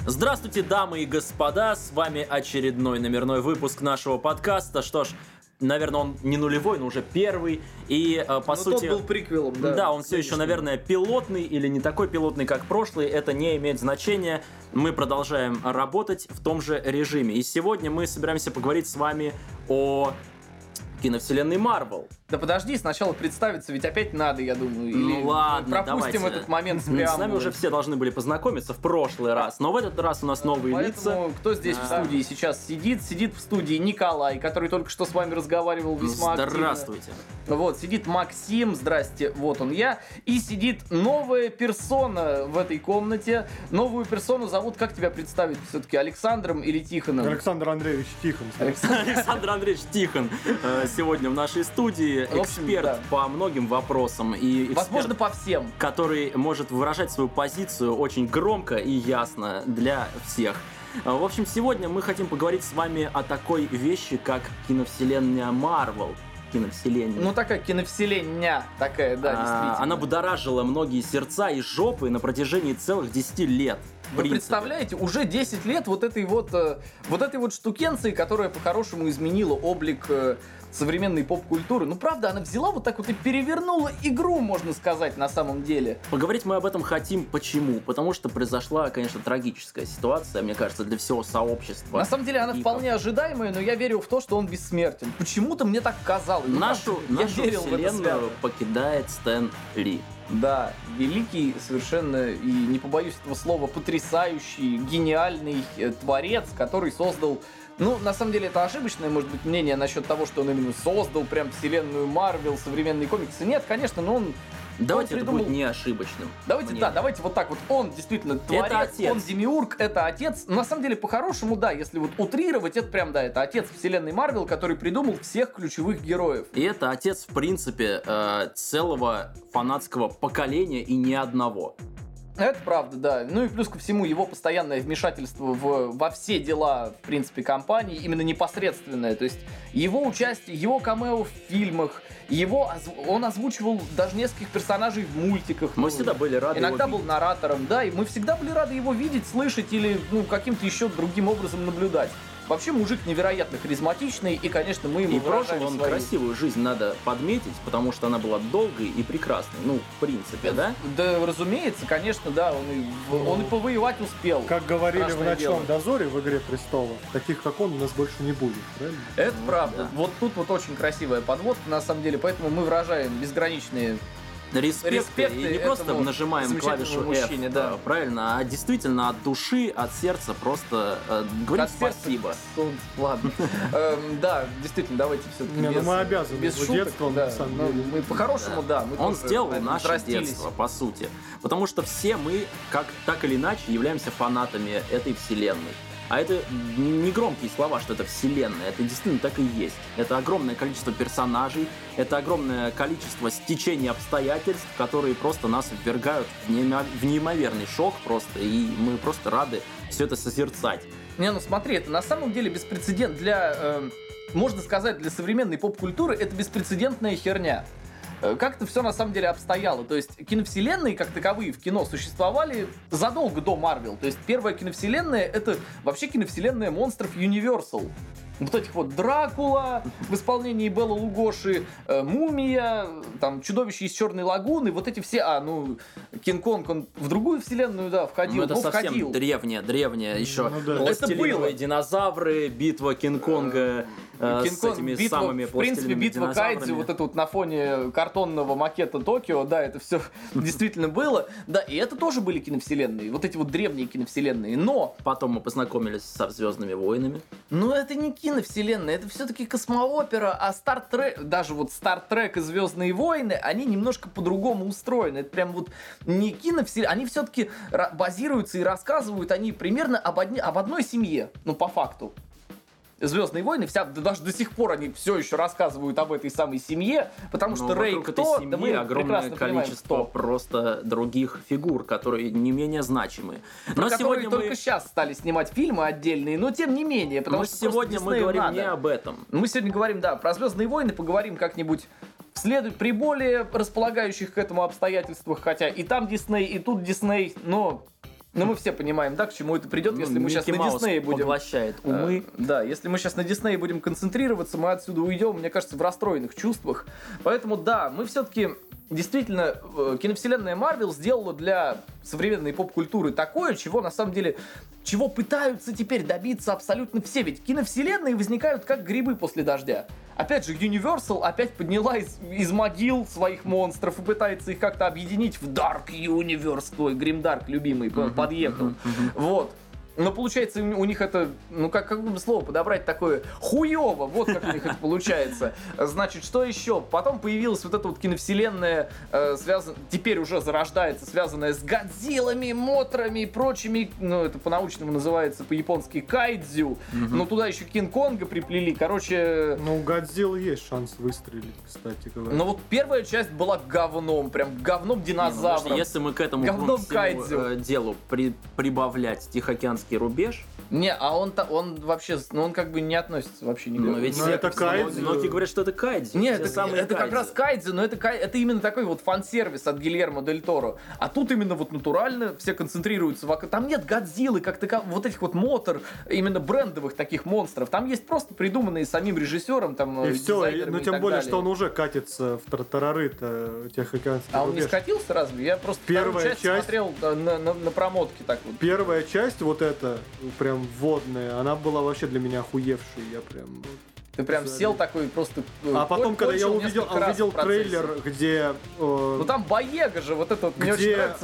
Здравствуйте, дамы и господа, с вами очередной номерной выпуск нашего подкаста. Что ж, наверное, он не нулевой, но уже первый. И, по сути... тот был приквелом, да. Да, он все еще, наверное, пилотный или не такой пилотный, как прошлый. Это не имеет значения. Мы продолжаем работать в том же режиме. И сегодня мы собираемся поговорить с вами о киновселенной Марвел. Да подожди, сначала представиться, ведь опять надо, я думаю. Или ладно, пропустим давайте. этот момент с С нами преамбулой. уже все должны были познакомиться в прошлый раз, но в этот раз у нас новые Поэтому лица. кто здесь в студии сейчас сидит? Сидит в студии Николай, который только что с вами разговаривал весьма активно. Здравствуйте. Вот, сидит Максим, здрасте, вот он я. И сидит новая персона в этой комнате. Новую персону зовут, как тебя представить все-таки, Александром или Тихоном? Александр Андреевич Тихон. Александр Андреевич Тихон сегодня в нашей студии, В общем, эксперт да. по многим вопросам и эксперт, Возможно, по всем. который может выражать свою позицию очень громко и ясно для всех. В общем, сегодня мы хотим поговорить с вами о такой вещи, как киновселенная Марвел. Киновселенная. Ну, такая киновселенная, такая, да, действительно. Она будоражила многие сердца и жопы на протяжении целых 10 лет. в Вы принципе. представляете, уже 10 лет вот этой вот штукенции, которая по-хорошему изменила облик современной поп-культуры. Ну, правда, она взяла вот так вот и перевернула игру, можно сказать, на самом деле. Поговорить мы об этом хотим. Почему? Потому что произошла, конечно, трагическая ситуация, мне кажется, для всего сообщества. На самом деле, она Гиков. вполне ожидаемая, но я верил в то, что он бессмертен. Почему-то мне так казалось. Ну, Нашу я верил в это вселенную свято. покидает Стэн Ли. Да, великий совершенно, и не побоюсь этого слова, потрясающий, гениальный творец, который создал... Ну, на самом деле, это ошибочное, может быть, мнение насчет того, что он именно создал прям вселенную Марвел, современные комиксы. Нет, конечно, но он... Давайте он это придумал- будет не ошибочным. Давайте, мнением. да, давайте вот так вот. Он действительно творец, отец. он демиург, это отец. Но на самом деле, по-хорошему, да, если вот утрировать, это прям, да, это отец вселенной Марвел, который придумал всех ключевых героев. И это отец, в принципе, целого фанатского поколения и ни одного. Это правда, да. Ну и плюс ко всему его постоянное вмешательство во все дела, в принципе, компании, именно непосредственное. То есть его участие, его камео в фильмах, он озвучивал даже нескольких персонажей в мультиках. Мы Ну, всегда были рады иногда его был наратором, да, и мы всегда были рады его видеть, слышать или каким-то еще другим образом наблюдать. Вообще мужик невероятно харизматичный, и, конечно, мы ему И прожил выражаем он свою... красивую жизнь, надо подметить, потому что она была долгой и прекрасной. Ну, в принципе, да? Да, разумеется, конечно, да, он и повоевать успел. Как говорили в Страшное «Ночном дело. дозоре» в «Игре престолов», таких как он у нас больше не будет, правильно? Это правда. да. Вот тут вот очень красивая подводка, на самом деле, поэтому мы выражаем безграничные... Респект, и не просто этому нажимаем замечательному клавишу мужчине, F, да. правильно, а действительно от души, от сердца просто говорить От сердца спасибо. к солнцу. Ладно. Да, действительно, давайте все-таки Не, ну мы обязаны без его шуток, детством, да. на самом Ну, деле. мы по-хорошему, да. мы Он тоже сделал на этом наше взрастились. детство, по сути. Потому что все мы, так или иначе, являемся фанатами этой вселенной. А это не громкие слова, что это вселенная, это действительно так и есть. Это огромное количество персонажей, это огромное количество стечений обстоятельств, которые просто нас ввергают в неимоверный шок просто, и мы просто рады все это созерцать. Не, ну смотри, это на самом деле беспрецедент можно сказать, для современной поп-культуры это беспрецедентная херня. Как это все на самом деле обстояло. То есть киновселенные, как таковые, в кино существовали задолго до Марвел. То есть первая киновселенная — это вообще киновселенная монстров Universal. Вот этих вот Дракула в исполнении Беллы Лугоши, Мумия, там Чудовище из Черной лагуны, вот эти все, Кинг-Конг, он в другую вселенную, да, входил. Ну, это совсем входил. древнее еще. Ну, да. Пластилиновые Это было. динозавры, битва Кинг-Конга с Кинг-Конг, этими битва, самыми в принципе, пластилиновыми битва динозаврами. Кайдзи, вот это вот на фоне картонного макета Токио, да, это все действительно было. Да, и это тоже были киновселенные, вот эти вот древние киновселенные. Но Потом мы познакомились со «Звездными войнами». это не киновселенная, это все-таки космоопера, а даже вот Стартрек и Звездные войны, они немножко по-другому устроены. Это прям вот не киновселенная, они все-таки базируются и рассказывают они примерно об одной семье, ну по факту. Звездные войны, даже до сих пор они все еще рассказывают об этой самой семье, потому что Рэй вокруг кто, этой семьи да мы огромное прекрасно понимаем, количество кто. просто других фигур, которые не менее значимые. Про Но которые сегодня только сейчас стали снимать фильмы отдельные, но тем не менее, потому что сегодня мы Диснею говорим надо. не об этом. Мы сегодня говорим, да, про «Звездные войны», поговорим как-нибудь при более располагающих к этому обстоятельствах, хотя и там Дисней, и тут Дисней, но Ну, мы все понимаем, да, к чему это придет, если мы сейчас на Диснее будем... поглощает умы. Да, если мы сейчас на Диснее будем концентрироваться, мы отсюда уйдем, мне кажется, в расстроенных чувствах. Поэтому, да, мы все-таки... Действительно, киновселенная Марвел сделала для современной поп-культуры такое, чего на самом деле, чего пытаются теперь добиться абсолютно все. Ведь киновселенные возникают как грибы после дождя. Опять же, Universal опять подняла из могил своих монстров и пытается их как-то объединить в Dark Universe. Твой Grimdark любимый подъехал. Вот. Но получается у них это, ну как бы слово подобрать такое, хуёво, вот как у них это получается. Значит, что еще? Потом появилась вот эта вот киновселенная, теперь уже зарождается, связанная с Годзиллами, Мотрами и прочими, ну это по-научному называется по-японски кайдзю, но туда еще Кинг-Конга приплели, короче... Ну, у Годзиллы есть шанс выстрелить, кстати говоря. Ну вот первая часть была говном, прям говном динозавром. Если мы к этому делу прибавлять Тихоокеанский рубеж. Не, а он вообще, ну он как бы не относится вообще никак. Но ведь это кайдзю. Многие говорят, что это кайдзю. Нет, это как раз кайдзю, но это именно такой вот фан-сервис от Гильермо Дель Торо. А тут именно вот натурально все концентрируются вокруг. Там нет Годзиллы, как таковых, вот этих вот мотор, именно брендовых таких монстров. Там есть просто придуманные самим режиссером, там, и все, ну тем более, далее. что он уже катится в тартарары-то Тихоокеанский А он рубеж. не скатился разве? Я просто первую часть смотрел на промотке так вот. Первая часть, вот эта, прям вводная, она была вообще для меня охуевшей. Я прям... Ты прям сел такой просто... А потом, когда я увидел трейлер, где... Ну там Боега же, вот это вот, мне очень нравится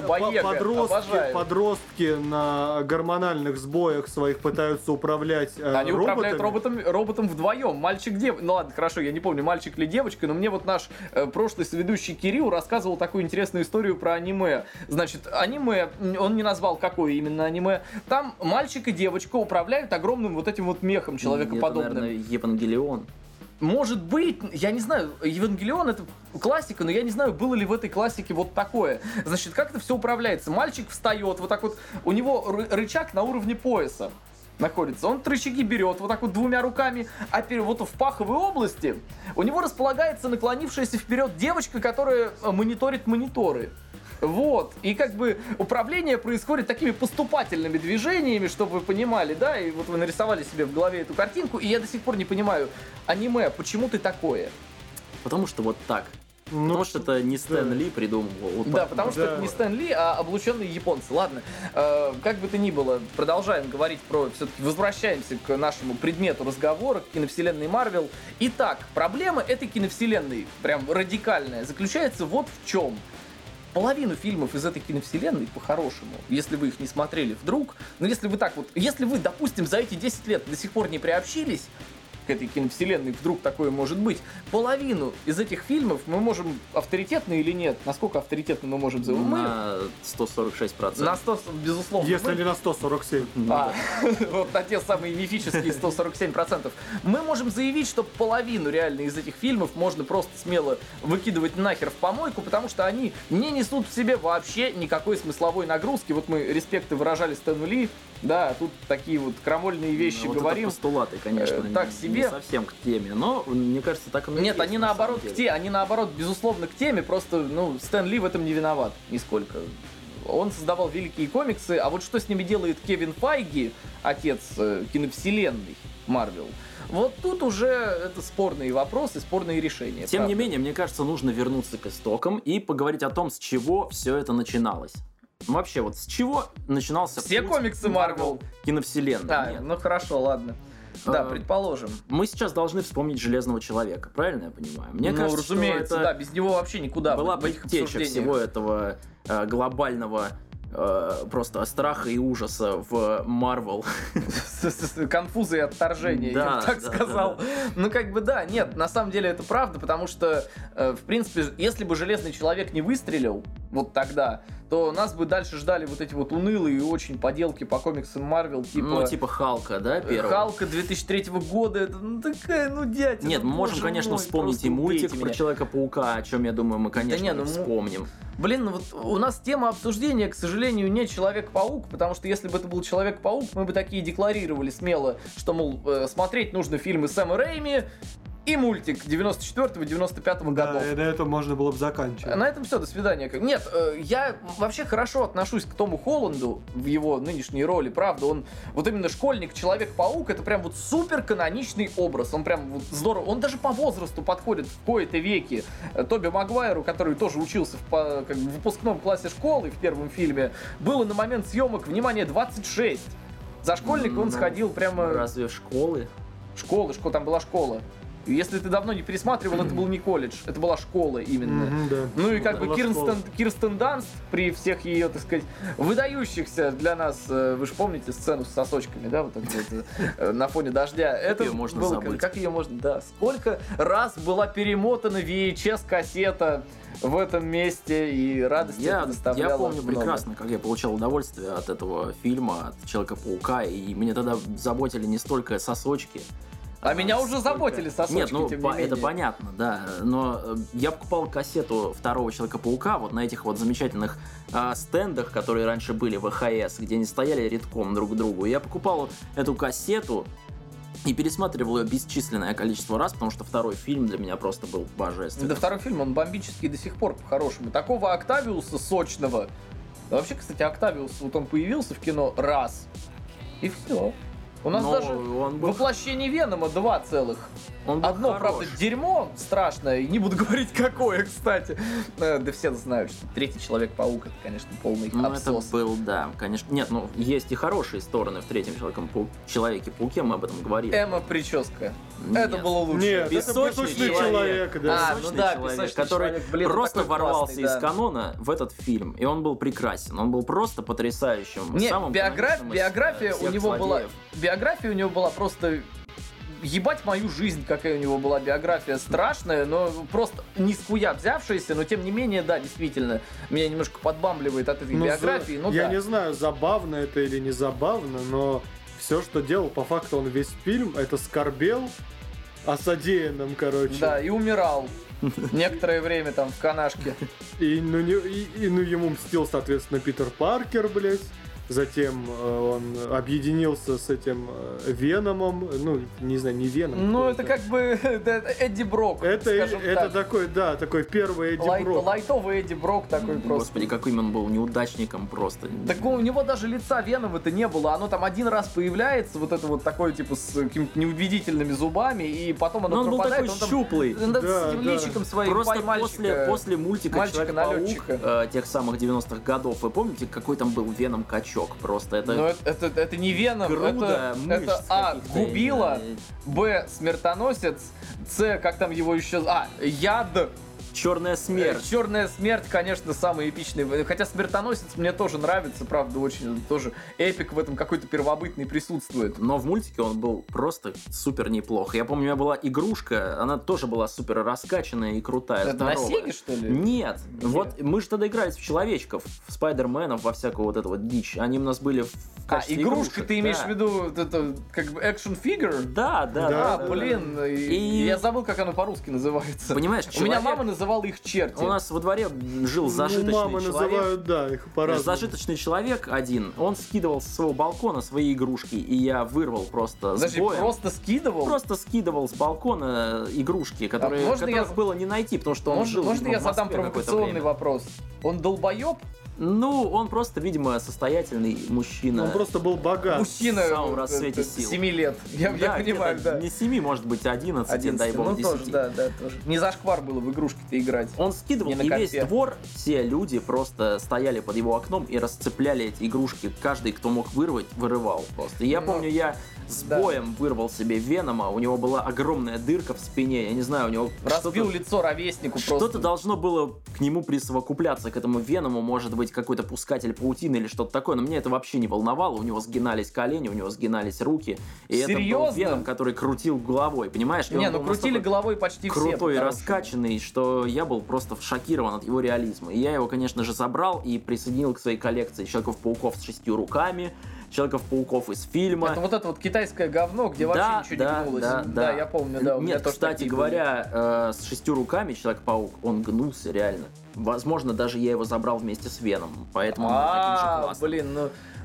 Боега, подростки на гормональных сбоях своих пытаются управлять Они управляют роботом вдвоем, мальчик-девочка. Ну ладно, хорошо, я не помню, мальчик или девочка, но мне вот наш прошлый соведущий Кирилл рассказывал такую интересную историю про аниме. Значит, аниме, он не назвал, какое именно аниме. Там мальчик и девочка управляют огромным вот этим вот мехом человекоподобным. Это, наверное, Евангелион. Может быть, я не знаю, Евангелион это классика, но я не знаю, было ли в этой классике вот такое. Значит, как это все управляется? Мальчик встает, вот так вот, у него рычаг на уровне пояса находится. Он рычаги берет вот так вот двумя руками, а вот в паховой области у него располагается наклонившаяся вперед девочка, которая мониторит мониторы. Вот, и как бы управление происходит такими поступательными движениями, чтобы вы понимали, да, и вот вы нарисовали себе в голове эту картинку, и я до сих пор не понимаю, аниме, почему ты такое? Потому что вот так. Потому что это не Стэн Ли придумывал. Вот да, потому что это не Стэн Ли, а облученные японцы. Ладно, как бы то ни было, продолжаем говорить про... Все-таки возвращаемся к нашему предмету разговора, к киновселенной Марвел. Итак, проблема этой киновселенной, прям радикальная, заключается вот в чем. Половину фильмов из этой киновселенной, по-хорошему, если вы их не смотрели вдруг, но если вы так вот, если вы, допустим, за эти 10 лет до сих пор не приобщились к этой киновселенной, вдруг такое может быть, половину из этих фильмов мы можем, авторитетно или нет, насколько авторитетно мы можем заявить? На 146%. На 100, безусловно. Если не на 147. Вот на те самые мифические 147%. Мы можем заявить, что половину реально из этих фильмов можно просто смело выкидывать нахер в помойку, потому что они не несут в себе вообще никакой смысловой нагрузки. Вот мы респекты выражали Стэну Ли, да, а тут такие вот крамольные вещи вот говорим. Это постулаты, конечно, так себе. Не совсем к теме, но мне кажется, так оно и Нет, есть, они наоборот к теме, они наоборот, безусловно, к теме, просто, ну, Стэн Ли в этом не виноват нисколько. Он создавал великие комиксы, а вот что с ними делает Кевин Файги, отец киновселенной Марвел, вот тут уже это спорные вопросы, спорные решения. Тем не менее, мне кажется, нужно вернуться к истокам и поговорить о том, с чего все это начиналось. Вообще, вот с чего начинался все комиксы Марвел киновселенной? Ну хорошо, ладно. Да, предположим. Мы сейчас должны вспомнить Железного Человека, правильно я понимаю? Мне кажется, разумеется, что это да, без него вообще никуда. была предтеча всего этого глобального просто страха и ужаса в Марвел. Конфузы и отторжения, я бы так сказал. Ну, как бы да, нет, на самом деле это правда, потому что, в принципе, если бы Железный Человек не выстрелил вот тогда, то нас бы дальше ждали вот эти вот унылые очень поделки по комиксам Марвел, типа... Ну, типа Халка, да, первого? Халка 2003 года, это такая, дядя. Нет, мы можем, конечно, вспомнить и мультик про Человека-паука, о чем, я думаю, мы, конечно, вспомним. Блин, ну вот у нас тема обсуждения, к сожалению, не Человек-паук, потому что если бы это был Человек-паук, мы бы такие декларировали смело, что, мол, смотреть нужно фильмы Сэма Рэйми, и мультик 94-95 годов. Да, и на этом можно было бы заканчивать. На этом все, до свидания. Нет, я вообще хорошо отношусь к Тому Холланду в его нынешней роли, правда, он вот именно школьник, Человек-паук, это прям вот супер каноничный образ, он прям вот здорово, он даже по возрасту подходит в кои-то веки. Тоби Магуайру, который тоже учился в выпускном классе школы в первом фильме, было на момент съемок, внимание, 26. За школьника он сходил прямо... Разве школы? Школа, там была школа. Если ты давно не пересматривал, это был не колледж, это была школа именно. Да. Ну и как Да. бы Кирстен Данст при всех ее, так сказать, выдающихся для нас, вы же помните сцену с сосочками, да, вот это вот, на фоне дождя. Это ее можно было, забыть? как ее можно, да. Сколько раз была перемотана VHS-кассета в этом месте, и радости это доставляло Я помню много. прекрасно, как я получал удовольствие от этого фильма, от Человека-паука, и мне тогда заботили не столько сосочки. А меня уже заботили сосочки, Нет, ну тем не менее. это понятно, да. Но я покупал кассету второго Человека-паука вот на этих вот замечательных стендах, которые раньше были в ВХС, где они стояли редком друг к другу. Я покупал эту кассету и пересматривал ее бесчисленное количество раз, потому что второй фильм для меня просто был божественный. Да, второй фильм, он бомбический до сих пор по-хорошему. Такого Октавиуса сочного. Вообще, кстати, Октавиус, вот он появился в кино раз. И все. У нас Но даже он был- воплощение Венома 2 целых. Он был Одно, хорош. правда, дерьмо страшное, и не буду говорить какое, кстати. Да все знают, что третий Человек-паук, это, конечно, полный Ну, абсос. это был, да, конечно. Нет, ну, есть и хорошие стороны в третьем Человеке-пауке, мы об этом говорили. Эмма прическа. Нет. Это было лучше. Нет, это Песочный песочный человек. человек, да. А, ну да, человек, песочный который человек, блин, просто такой ворвался классный, из да. канона в этот фильм, и он был прекрасен, он был просто потрясающим. Нет, самым каноничным из биография у всех него была. злодеев. Биография у него была просто. Ебать мою жизнь, какая у него была биография страшная, но просто не с хуя взявшаяся, но тем не менее, да, действительно, меня немножко подбамбливает от этой Ну, биографии. Ну я да. не знаю, забавно это или не забавно, но все, что делал, по факту он весь фильм, это скорбел о содеянном, короче. Да, и умирал. Некоторое время там в канашке. И, ну, ему мстил, соответственно, Питер Паркер, блядь. Затем он объединился с этим Веномом. Ну, не знаю, не Веном. Ну, кто это как бы да, Эдди Брок, скажем это так. такой, да, такой первый Эдди Брок. Лайтовый Эдди Брок такой просто. Господи, каким он был неудачником просто. Так у него даже лица Венома-то не было. Оно там один раз появляется, вот это вот такое, типа, с какими-то неубедительными зубами, и потом оно Но он был пропадает. такой он там щуплый. Да, Да, с этим да. личиком своим Просто мальчика. после мультика мальчика-налетчика. Человек-паук тех самых 90-х годов, вы помните, какой там был Веном-качок? Просто это Но это не Веном, груда мышц это А, каких-то, губила, Б, смертоносец, С, как там его еще... Яд. черная смерть. Черная смерть, конечно, самый эпичный. Хотя смертоносец мне тоже нравится, правда, очень. Тоже эпик в этом какой-то первобытный присутствует. Но в мультике он был просто супер неплох. Я помню, у меня была игрушка, она тоже была супер раскачанная и крутая, Это на здоровая. Сеге, что ли? Нет. Где? Вот мы же тогда игрались в человечков, в спайдерменов, во всякую вот эту вот дичь. Они у нас были в качестве игрушка, игрушек, ты имеешь да. в виду вот это, как бы, экшн фигур? Да, да, Да, да. Блин, И- я забыл, как оно по-русски называется. Понимаешь, У меня человек- мама называла их черти. У нас во дворе жил зажиточный Ну, мамы человек. называют, да, их по-разному. Зажиточный человек один, он скидывал со своего балкона свои игрушки, и я вырвал просто с Подожди, боем. просто скидывал? Просто скидывал с балкона игрушки, которые, можно которых я- было не найти, потому что он жил Можно видимо, я в задам Москве какое-то провокационный время. вопрос? Он долбоеб? Ну, он просто, видимо, состоятельный мужчина. Он просто был богат. Мужчина в самом расцвете сил. 7 лет. Я Да, понимаю, где-то да. Не 7, может быть, 11, 11, дай бог, ну 10. тоже, да, тоже. Не зашквар было в игрушки-то играть. Он скидывал, Не на и весь компе. двор, все люди просто стояли под его окном и расцепляли эти игрушки. Каждый, кто мог вырвать, вырывал просто. И я Ну, помню, я с да. боем вырвал себе Венома, у него была огромная дырка в спине, я не знаю, у него Разбил что-то- лицо ровеснику Что-то просто. должно было к нему присовокупляться, к этому Веному, может быть, какой-то пускатель паутины или что-то такое, но меня это вообще не волновало, у него сгинались колени, у него сгинались руки, и это был Серьезно? Веном, который крутил головой, понимаешь? И Не, он ну был крутили настолько головой почти все. крутой и потому раскачанный, что я был просто шокирован от его реализма. И я его, конечно же, забрал и присоединил к своей коллекции Человеков-пауков с 6 руками, Человеков-пауков из фильма. Это вот китайское говно, где вообще ничего не гнулось. Да, я помню, да. у меня Нет, тоже кстати такие говоря, с 6 руками Человек-паук, он гнулся реально. Возможно, даже я его забрал вместе с Веном, поэтому он был таким же были. классным. Блин, ну...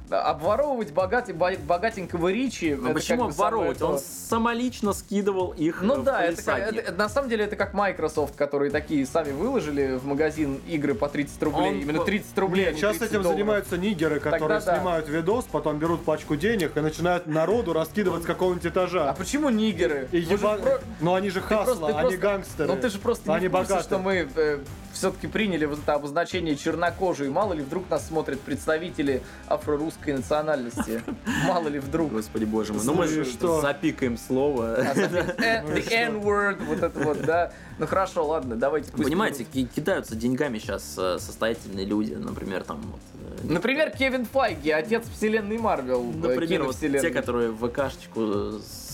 обворовывать богатенького Ричи... Ну почему обворовывать? Он самолично скидывал их Ну в да, полисадник. на самом деле это как Microsoft, которые такие сами выложили в магазин игры по 30 рублей. Именно 30 рублей, а не Сейчас 30 этим долларов. занимаются нигеры, которые Тогда да. снимают видос, потом берут пачку денег и начинают народу раскидывать с какого-нибудь А этажа. почему нигеры? И Ну они же хасла, они гангстеры. Ну ты же просто Они не в курсе, богаты. что мы все-таки приняли вот это обозначение чернокожие. Мало ли вдруг нас смотрят представители афро-русской национальности. Мало ли вдруг. Господи боже мой. Ну мы же Что? запикаем слово. The N-word, вот это вот, да. Ну хорошо, ладно, давайте. пусть Понимаете, будут. кидаются деньгами сейчас состоятельные люди, например, там вот, Например, Кевин Файги, отец вселенной Марвел. например, вот киновселенной. те, которые в ВКшечку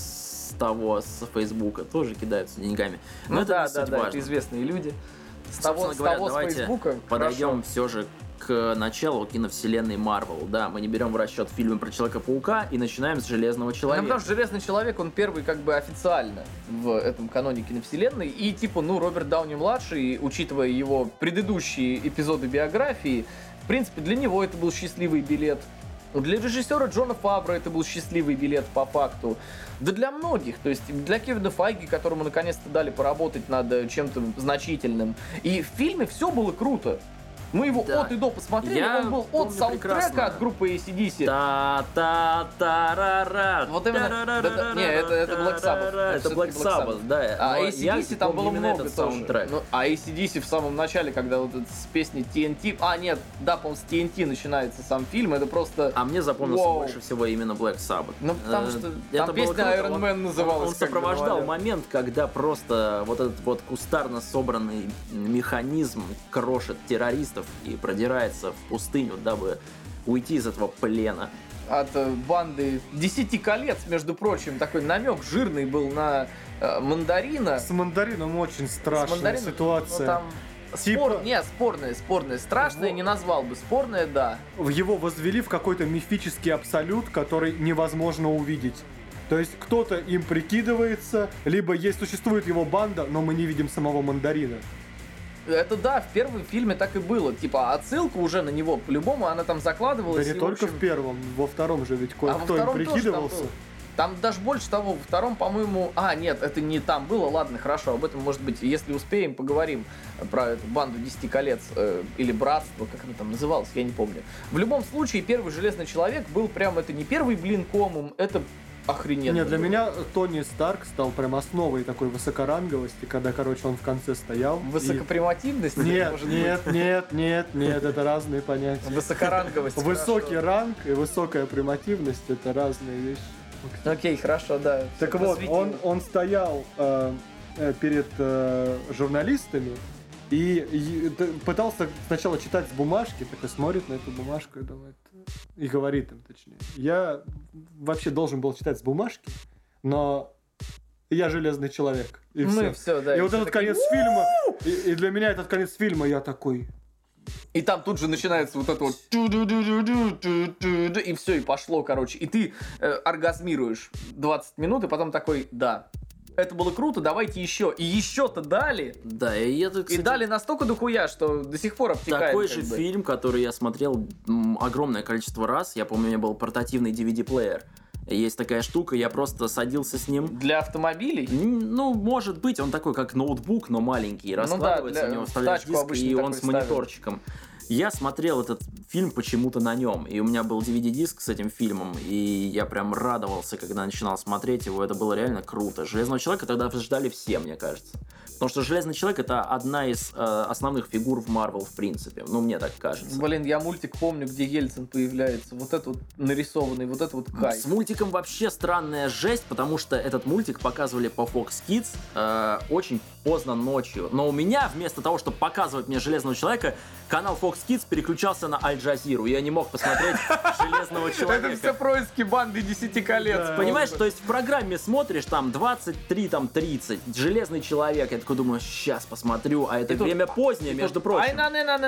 с Фейсбука тоже кидаются деньгами. Но Ну это да, не суть да, важно. это известные люди. С того, Собственно говоря, с давайте Фейсбука. подойдем Хорошо. все же к началу киновселенной Марвел. Да, мы не берем в расчет фильмы про Человека-паука и начинаем с Железного Ну, Человека. потому что Железный Человек, он первый как бы официально в этом каноне киновселенной. И типа, Роберт Дауни-младший, учитывая его предыдущие эпизоды биографии, в принципе, для него это был счастливый билет. Для режиссера Джона Фавро это был счастливый билет по факту. Да для многих. То есть для Кевина Файги, которому наконец-то дали поработать над чем-то значительным. И в фильме все было круто. Мы его Да. от и до посмотрели, Я он был от помню саундтрека прекрасно. от группы AC/DC. Та-та-та-ра-ра. Вот именно. Не, это Black Sabbath. Это всё-таки Black Sabbath, да. А Но AC/DC я там помню было именно много этот тоже. саундтрек. Ну, а AC/DC в самом начале, когда вот это с песни TNT... А, нет, да, по-моему, с TNT начинается сам фильм, это просто... А мне запомнился Вау. больше всего именно Black Sabbath. Ну, потому что Это там было песня круто. Iron Man называлась. Он как сопровождал говорят. момент, когда просто вот этот вот кустарно собранный механизм крошит террористов и продирается в пустыню, дабы уйти из этого плена. От банды 10 колец, между прочим, такой намек жирный был на Мандарина. С мандарином очень С страшная Мандарином, ситуация. ну, там Типа- спорная. Страшная не назвал бы, спорная, да. Его возвели в какой-то мифический абсолют, который невозможно увидеть. То есть кто-то им прикидывается, либо существует его банда, но мы не видим самого мандарина. Это да, в первом фильме так и было. Типа, отсылка уже на него, по-любому, она там Да закладывалась. не и, в только общем, в первом, во втором же ведь а во кое-кто им втором тоже прикидывался. там был. Там даже больше того, во втором, по-моему... А, нет, это не там было, ладно, хорошо, об этом, может быть, если успеем, поговорим про эту банду 10 колец, или братство, как она там называлась, я не помню. В любом случае, первый Железный Человек был прям, это не первый блин комом, это охрененно. Нет, для было. меня Тони Старк стал прям основой такой высокоранговости, когда, короче, он в конце стоял. и- Высокопримативность? Нет, может нет, это разные понятия. быть? Высокоранговость. Высокий хорошо. ранг и высокая примативность — это разные вещи. Окей, хорошо, да. Так всё вот, просветил. он стоял перед журналистами и пытался сначала читать с бумажки, такой смотрит на эту бумажку и думает, и говорит им, точнее, я вообще должен был читать с бумажки, но я железный человек. И Мы все. все, да. И вот все этот такие, конец фильма, и для меня этот конец фильма, я такой... И там тут же начинается вот это вот ту-ду-ду-ду-ду-ду-ду-ду, и все, и пошло, короче. И ты оргазмируешь 20 минут, и потом такой, да, это было круто, давайте еще. И еще-то дали. Да, и это, И кстати, дали настолько дохуя, что до сих пор обтекает. такой как же бы. фильм, который я смотрел огромное количество раз. Я помню, у меня был портативный DVD-плеер. Есть такая штука, я просто садился с ним. Для автомобилей? Ну, может быть, он такой, как ноутбук, но маленький. Раскладывается, для- у него в вставляешь тачку диск, обычно и он такой с ставят. мониторчиком. Я смотрел этот фильм почему-то на нем, и у меня был DVD-диск с этим фильмом, и я прям радовался, когда начинал смотреть его, это было реально круто. Железного Человека тогда ждали все, мне кажется. Потому что Железный Человек — это одна из основных фигур в Марвел, в принципе. Ну, мне так кажется. Блин, я мультик помню, где Ельцин появляется. Вот это вот нарисованный, вот это вот кайф. С мультиком вообще странная жесть, потому что этот мультик показывали по Fox Kids очень поздно ночью. Но у меня, вместо того, чтобы показывать мне Железного Человека, канал Fox Kids переключался на Аль-Джазиру. Я не мог посмотреть Железного Это Человека. все происки банды 10 колец. Да. Понимаешь, то есть в программе смотришь, там 23, там 30, Железный Человек, я такой думаю, сейчас посмотрю, а это И тут- время позднее, между прочим.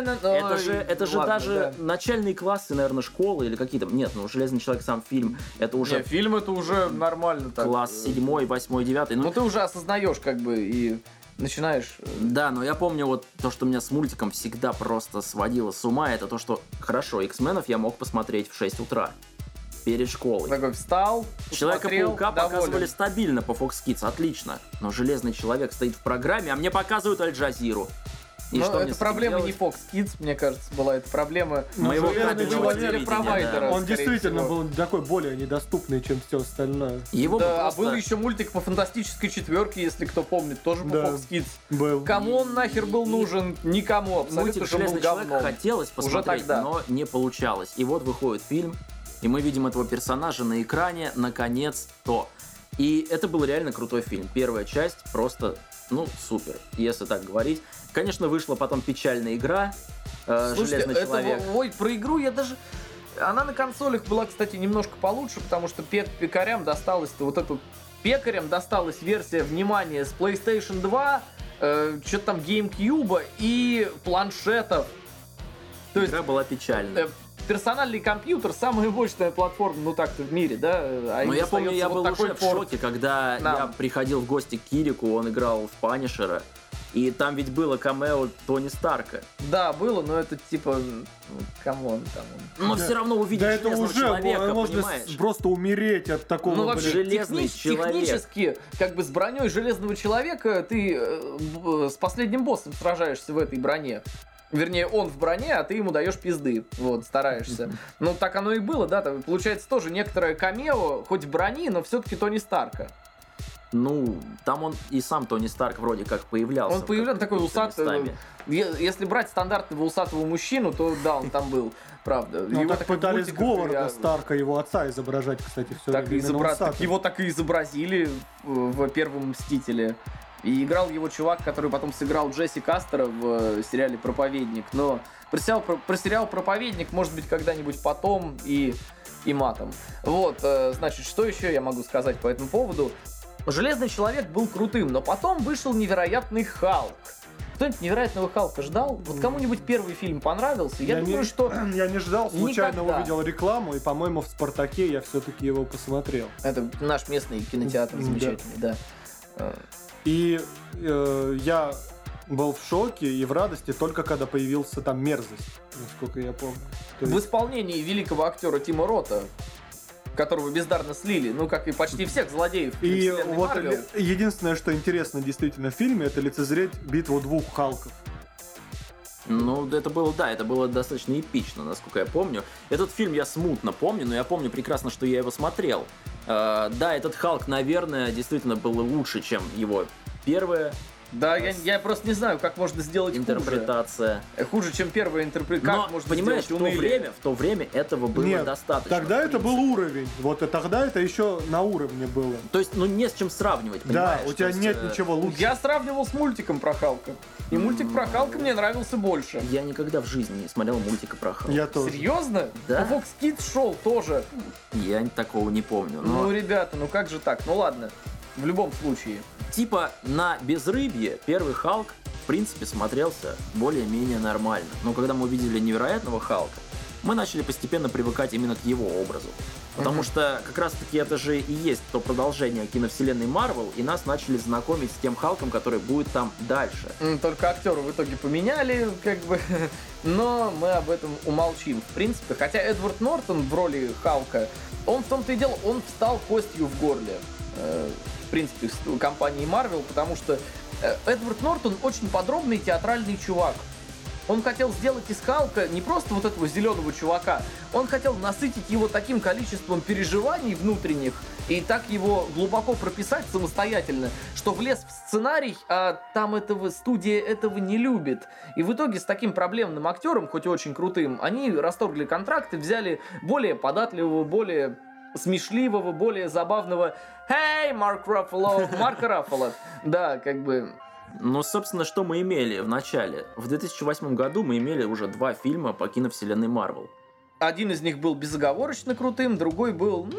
Это же даже начальные классы, наверное, школы или какие-то... Нет, ну Железный Человек сам фильм, это уже Фильм это уже нормально так. класс 7, 8, 9. Ну ты уже осознаешь как бы и начинаешь... Да, но я помню вот то, что меня с мультиком всегда просто сводило с ума, это то, что, хорошо, X-менов я мог посмотреть в 6 утра. Перед школой. Такой встал, Человека-паука доволен. показывали стабильно по Fox Kids, отлично. Но Железный Человек стоит в программе, а мне показывают Аль-Джазиру. И Но что мне это с этим проблема не делать? Fox Kids, мне кажется, была. Это проблема Моего Железный кабельного Человек, телевидения, да. Он скорее действительно всего. был такой более недоступный, чем все остальное. Его бы Да, просто- а был еще мультик по Фантастической четверке, если кто помнит, тоже по Да. Fox Kids. Был. Кому он нахер был нужен? Никому, абсолютно Мультик же был «Железный человек» говном. хотелось посмотреть, тогда. но не получалось. И вот выходит фильм, и мы видим этого персонажа на экране, наконец-то. И это был реально крутой фильм. Первая часть просто, супер, если так говорить. Конечно, вышла потом печальная игра Слушайте, «Железный человек». Ой, про игру я даже... Она на консолях была, кстати, немножко получше, потому что пекарям досталась пекарям досталась версия, внимание, с PlayStation 2, что-то там GameCube и планшетов. То есть Игра была печальная. персональный компьютер, самая мощная платформа, так-то в мире, да? А Но им я помню, остается я вот был такой уже в порт. шоке, когда Да. я приходил в гости к Кирику, он играл в Панишера, и там ведь было камео Тони Старка. Да, было, но это типа, камон, там. Но Да. все равно увидеть Да это Железного уже человека, можно понимаешь? просто умереть от такого. Ну блин. вообще, Железный человек. технически, как бы с броней Железного Человека ты с последним боссом сражаешься в этой броне. Вернее, он в броне, а ты ему даешь пизды. Вот, стараешься. Ну, так оно и было, да. Там, получается, тоже некоторое камео, хоть в брони, но все-таки Тони Старка. Там он и сам Тони Старк вроде как появлялся. Он появлялся такой какими-то усатый. местами. Если брать стандартного усатого мужчину, то да, он там был, правда. Ну, Его так так и в пытались мультиках Говарда я- Старка, его отца, изображать, кстати, все так и его так и изобразили в первом «Мстителе». И играл его чувак, который потом сыграл Джесси Кастера в сериале «Проповедник». Но про сериал «Проповедник» может быть когда-нибудь потом и матом. Вот, значит, что еще я могу сказать по этому поводу? «Железный человек» был крутым, но потом вышел «Невероятный Халк». Кто-нибудь «Невероятного Халка» ждал? Вот кому-нибудь первый фильм понравился? Я думаю, что... Я не ждал, случайно Никогда. увидел рекламу, и, по-моему, в «Спартаке» я все-таки его посмотрел. Это наш местный кинотеатр Да. замечательный, да. И я был в шоке и в радости только когда появился там Мерзость, насколько я помню. То В есть- исполнении великого актера Тима Рота, которого бездарно слили, как и почти всех злодеев И вселенной вот Марвел. единственное, что интересно действительно в фильме, это лицезреть битву двух Халков. Это было достаточно эпично, насколько я помню. Этот фильм я смутно помню, но я помню прекрасно, что я его смотрел. Да, этот Халк, наверное, действительно был лучше, чем его первая Да, я просто не знаю, как можно сделать интерпретация. хуже, чем первая интерпретация. Но, Как можно понимаешь, сделать унылие? в то время этого было Нет, достаточно. Тогда в это был принципе. уровень. Вот и тогда это еще на уровне было. То есть, не с чем сравнивать, Да, понимаешь? у тебя То есть, нет ничего лучше. Я сравнивал с мультиком про Халка. И мультик про Халка мне нравился больше. Я никогда в жизни не смотрел мультика про Халка. Я тоже. Серьезно? Да. Fox Kids шел тоже. Я такого не помню. Но Ну, ребята, как же так? Ну ладно. В любом случае. типа на безрыбье первый Халк в принципе смотрелся более-менее нормально. Но когда мы увидели невероятного Халка, мы начали постепенно привыкать именно к его образу. Потому что как раз-таки это же и есть то продолжение киновселенной Марвел, и нас начали знакомить с тем Халком, который будет там дальше. Только актера в итоге поменяли, но мы об этом умолчим, в принципе. Хотя Эдвард Нортон в роли Халка, он в том-то и дело, он встал костью в горле, в принципе, в компании Marvel, потому что Эдвард Нортон очень подробный театральный чувак. Он хотел сделать из Халка не просто вот этого зеленого чувака, он хотел насытить его таким количеством переживаний внутренних и так его глубоко прописать самостоятельно, что влез в сценарий, а там студия этого не любит. И в итоге с таким проблемным актером, хоть и очень крутым, они расторгли контракт и взяли более податливого, более смешливого, более забавного Марка Раффало. Да, Но, собственно, что мы имели в начале? В 2008 году мы имели уже 2 фильма по киновселенной Марвел. Один из них был безоговорочно крутым, другой был,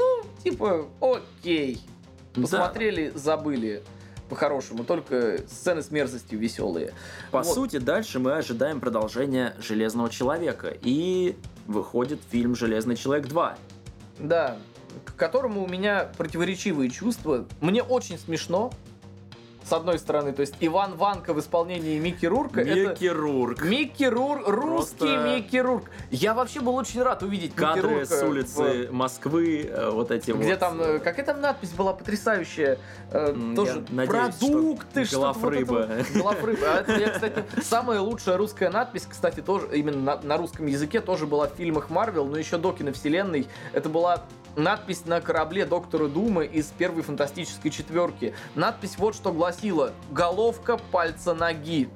окей. Посмотрели, забыли. По-хорошему, только сцены с мерзостью веселые. По сути, дальше мы ожидаем продолжения «Железного человека». И выходит фильм «Железный человек 2». Да, к которому у меня противоречивые чувства. Мне очень смешно с одной стороны, то есть Иван Ванка в исполнении Микки Рурка. Микки Рурк. Микки Рурк, русский Просто Микки Рурк. Я вообще был очень рад увидеть Микки Кадры Рурка с улицы Москвы, вот эти где вот. там, какая там надпись была потрясающая, тоже я надеюсь, продукты, что что-то вот это Главрыба. вот. Главрыба. А это, я, кстати, самая лучшая русская надпись, кстати, тоже именно на русском языке тоже была в фильмах Марвел, но еще до киновселенной. Это была надпись на корабле Доктора Думы из первой фантастической четверки. Надпись вот что гласила: головка пальца ноги.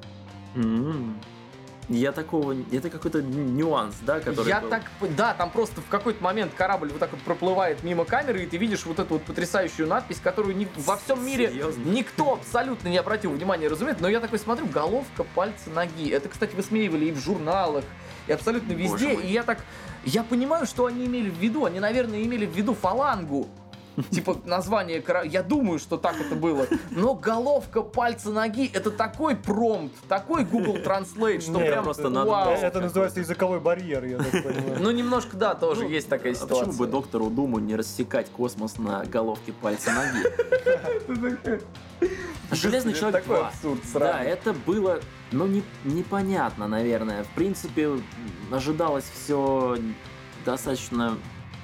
Я такого... Это какой-то нюанс, да, который Я был? так... Да, там просто в какой-то момент корабль вот так вот проплывает мимо камеры, и ты видишь вот эту вот потрясающую надпись, которую во всем мире Серьезно? никто абсолютно не обратил внимания, разумеется. Но я такой смотрю, головка пальца ноги. Это, кстати, высмеивали и в журналах, и абсолютно везде. Боже мой. И я понимаю, что они имели в виду. Они, наверное, имели в виду фалангу. Типа название корабля. Я думаю, что так это было. Но головка пальца ноги — это такой промпт, такой Google Translate, что Нет, прям просто надо вау. Это называется языковой барьер, я так понимаю. Ну, немножко, да, тоже Ну, есть такая А ситуация. почему бы доктору Думу не рассекать космос на головке пальца ноги? Железный человек Такой 2. абсурд Да, сразу. это было, ну, непонятно, наверное. В принципе, ожидалось все достаточно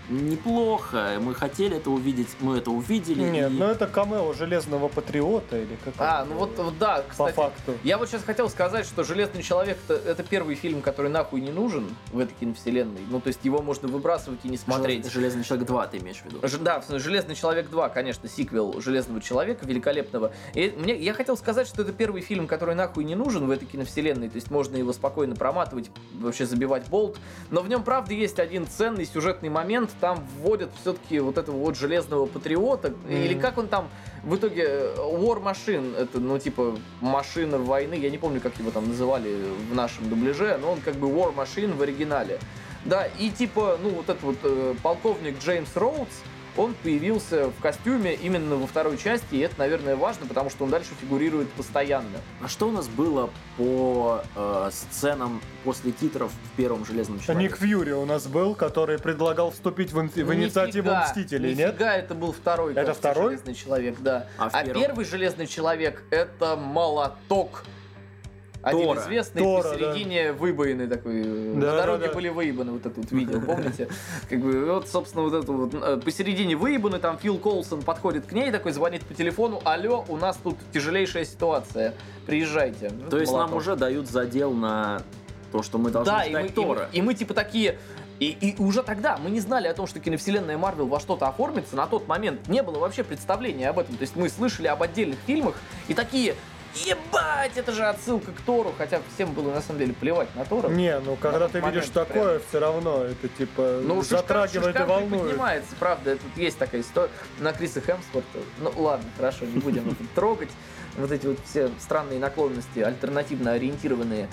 неплохо. Мы хотели это увидеть, мы это увидели. Нет, и- ну это камео Железного Патриота или как? Ну вот да, По кстати. факту. Я вот сейчас хотел сказать, что «Железный человек» это первый фильм, который нахуй не нужен в этой киновселенной. Ну, то есть его можно выбрасывать и не смотреть. Железный человек 2 ты имеешь в виду? Да, «Железный человек 2», конечно, сиквел «Железного человека» великолепного. И я хотел сказать, что это первый фильм, который нахуй не нужен в этой киновселенной, то есть можно его спокойно проматывать, вообще забивать болт. Но в нем, правда, есть один ценный сюжетный момент, там вводят все-таки вот этого вот «Железного патриота», или как он там в итоге, War Machine, это, ну, типа, машина войны, я не помню, как его там называли в нашем дубляже, но он как бы War Machine в оригинале. Да, и типа, ну, вот этот вот полковник Джеймс Роудс, он появился в костюме именно во второй части, и это, наверное, важно, потому что он дальше фигурирует постоянно. А что у нас было по сценам после титров в первом «Железном Ник человеке»? Фьюри у нас был, который предлагал вступить в инициативу Мстителей, нет? Нифига, это был второй, Это кажется, второй? Железный человек, да. А в А первом? первый Железный человек — это молоток. Один Тора. известный Тора, посередине выбоины такой. На Да, дороге да, да. были выебаны, вот это вот видео, помните? Как бы, вот, собственно, вот это вот посередине выебаны, там Фил Коулсон подходит к ней, такой звонит по телефону: алло, у нас тут тяжелейшая ситуация, приезжайте. Вот То есть нам молоток. уже дают задел на то, что мы должны Да, ждать Тора. и мы типа такие... И уже тогда мы не знали о том, что киновселенная Марвел во что-то оформится. На тот момент не было вообще представления об этом. То есть мы слышали об отдельных фильмах и такие: ебать, это же отсылка к Тору. Хотя всем было на самом деле плевать на Тора. Не, ну когда тот ты видишь момент такое, все равно это типа Ну, затрагивает и волнует. поднимается, правда. Тут есть такая история на Криса Хемсворта. Ну ладно, хорошо, не будем это трогать. Вот эти вот все странные наклонности, альтернативно ориентированные.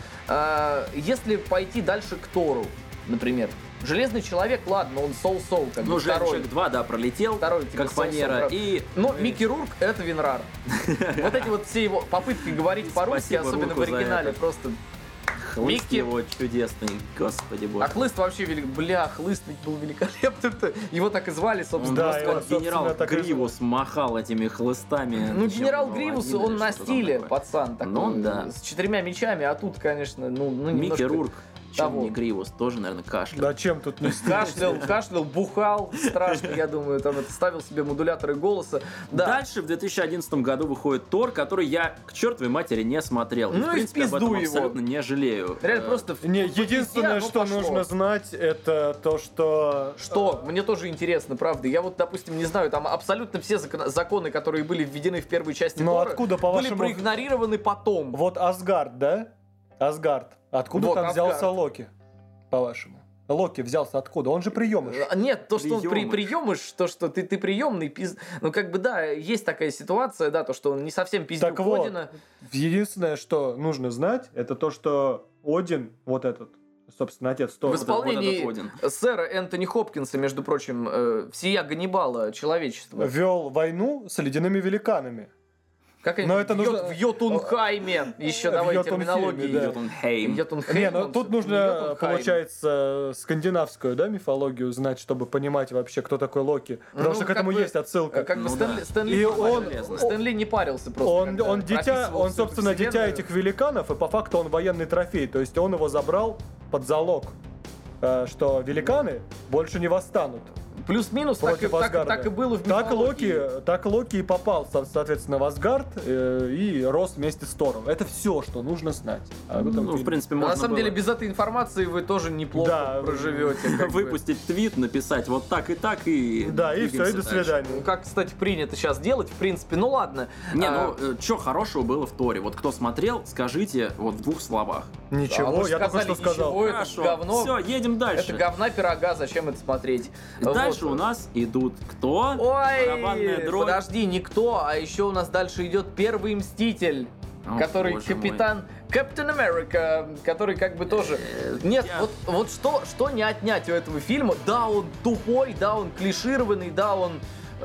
Если пойти дальше к Тору, например, Железный человек, ладно, он соу-соу, как Ну, бы «Железный второй. человек 2», да, пролетел, Второй, типа, как фанера. соу-соу, И Но Микки Рурк — это Винрар. Вот эти вот все его попытки говорить по-русски, Спасибо особенно в Рурку за оригинале, это. просто... хлыст Микки- его чудесный, господи боже. А Хлыст вообще Бля, Хлыст ведь был великолепный. Его так и звали, собственно. Да, Просто его, как генерал собственно, так и Гривус махал этими хлыстами. Ну, Чем, генерал ну, Гривус, один он или на что там стиле, такое. пацан такой. Ну, да. С 4 мечами, а тут, конечно, ну Микки немножко... Рурк, чем того. не Гривус, тоже, наверное, кашлял. Да чем тут не Кашлял, бухал страшно, я думаю, там это, ставил себе модуляторы голоса. Да. Дальше в 2011 году выходит Тор, который я к чертовой матери не смотрел. Ну в и принципе, об пизду этом его. абсолютно не жалею. Реально просто... Не, по единственное, пизде что оно пошло. нужно знать, это то, что... Что? Мне тоже интересно, правда. Я вот, допустим, не знаю, там абсолютно все законы, которые были введены в первой части Но Тора, откуда, были по-вашему, проигнорированы потом. Вот Асгард, да? Асгард. Откуда Вот там Асгард. взялся Локи, по-вашему? Локи взялся откуда? Он же приемыш. Нет, то, что он Приемыш. приемыш, то, что ты приемный пиз... Ну, как бы, да, есть такая ситуация, да, то, что он не совсем пиздюк Так вот, Одина. единственное, что нужно знать, это то, что Один, вот этот, собственно, отец В Тора, Вот исполнении этот Один. сэра Энтони Хопкинса, между прочим, всея Ганнибала человечества. вел войну с ледяными великанами. Как они Но это нужно- в Йотунхайме. Еще В давай Йотунхейме, терминологии. да. Йотунхейм. Йотунхейм, Не, ну он тут всё-таки нужно, Йотунхайм. получается, скандинавскую, да, мифологию знать, чтобы понимать вообще, кто такой Локи. Потому Ну, что к как этому бы- есть отсылка. Как бы Ну Стэнли, да. Стэнли И не он- парился. Стэнли не парился просто. Он когда дитя, прописывал он, всю собственно, эту дитя вселенную. этих великанов, и по факту он военный трофей. То есть он его забрал под залог, что великаны больше не восстанут. Плюс-минус так, Против Асгарда. так и было в Так мифологии. Локи и попал, соответственно, в Асгард и рос вместе с Тором. Это все, что нужно знать. об этом Ну, в фильме. принципе, Но можно на самом было деле, без этой информации вы тоже неплохо Да. проживете. как бы. выпустить твит, написать вот так, и Да, и все, и двигаемся до дальше. свидания. Ну, как, кстати, принято сейчас делать, в принципе. Ну ладно. Не, А, ну, что хорошего было в Торе? Вот кто смотрел, скажите вот в 2 словах. а Ничего, вы же я только сказали, что сказал. ничего, это Хорошо, говно. все, едем дальше. Это говна пирога, зачем это смотреть? Дальше Вот. у нас идут кто? Барабанная Ой, дробь. подожди, никто, а еще у нас дальше идет первый Мститель, О, который боже капитан Captain America, который как бы тоже... Нет, я- вот что не отнять у этого фильма? Да, он тупой, да, он клишированный, да, он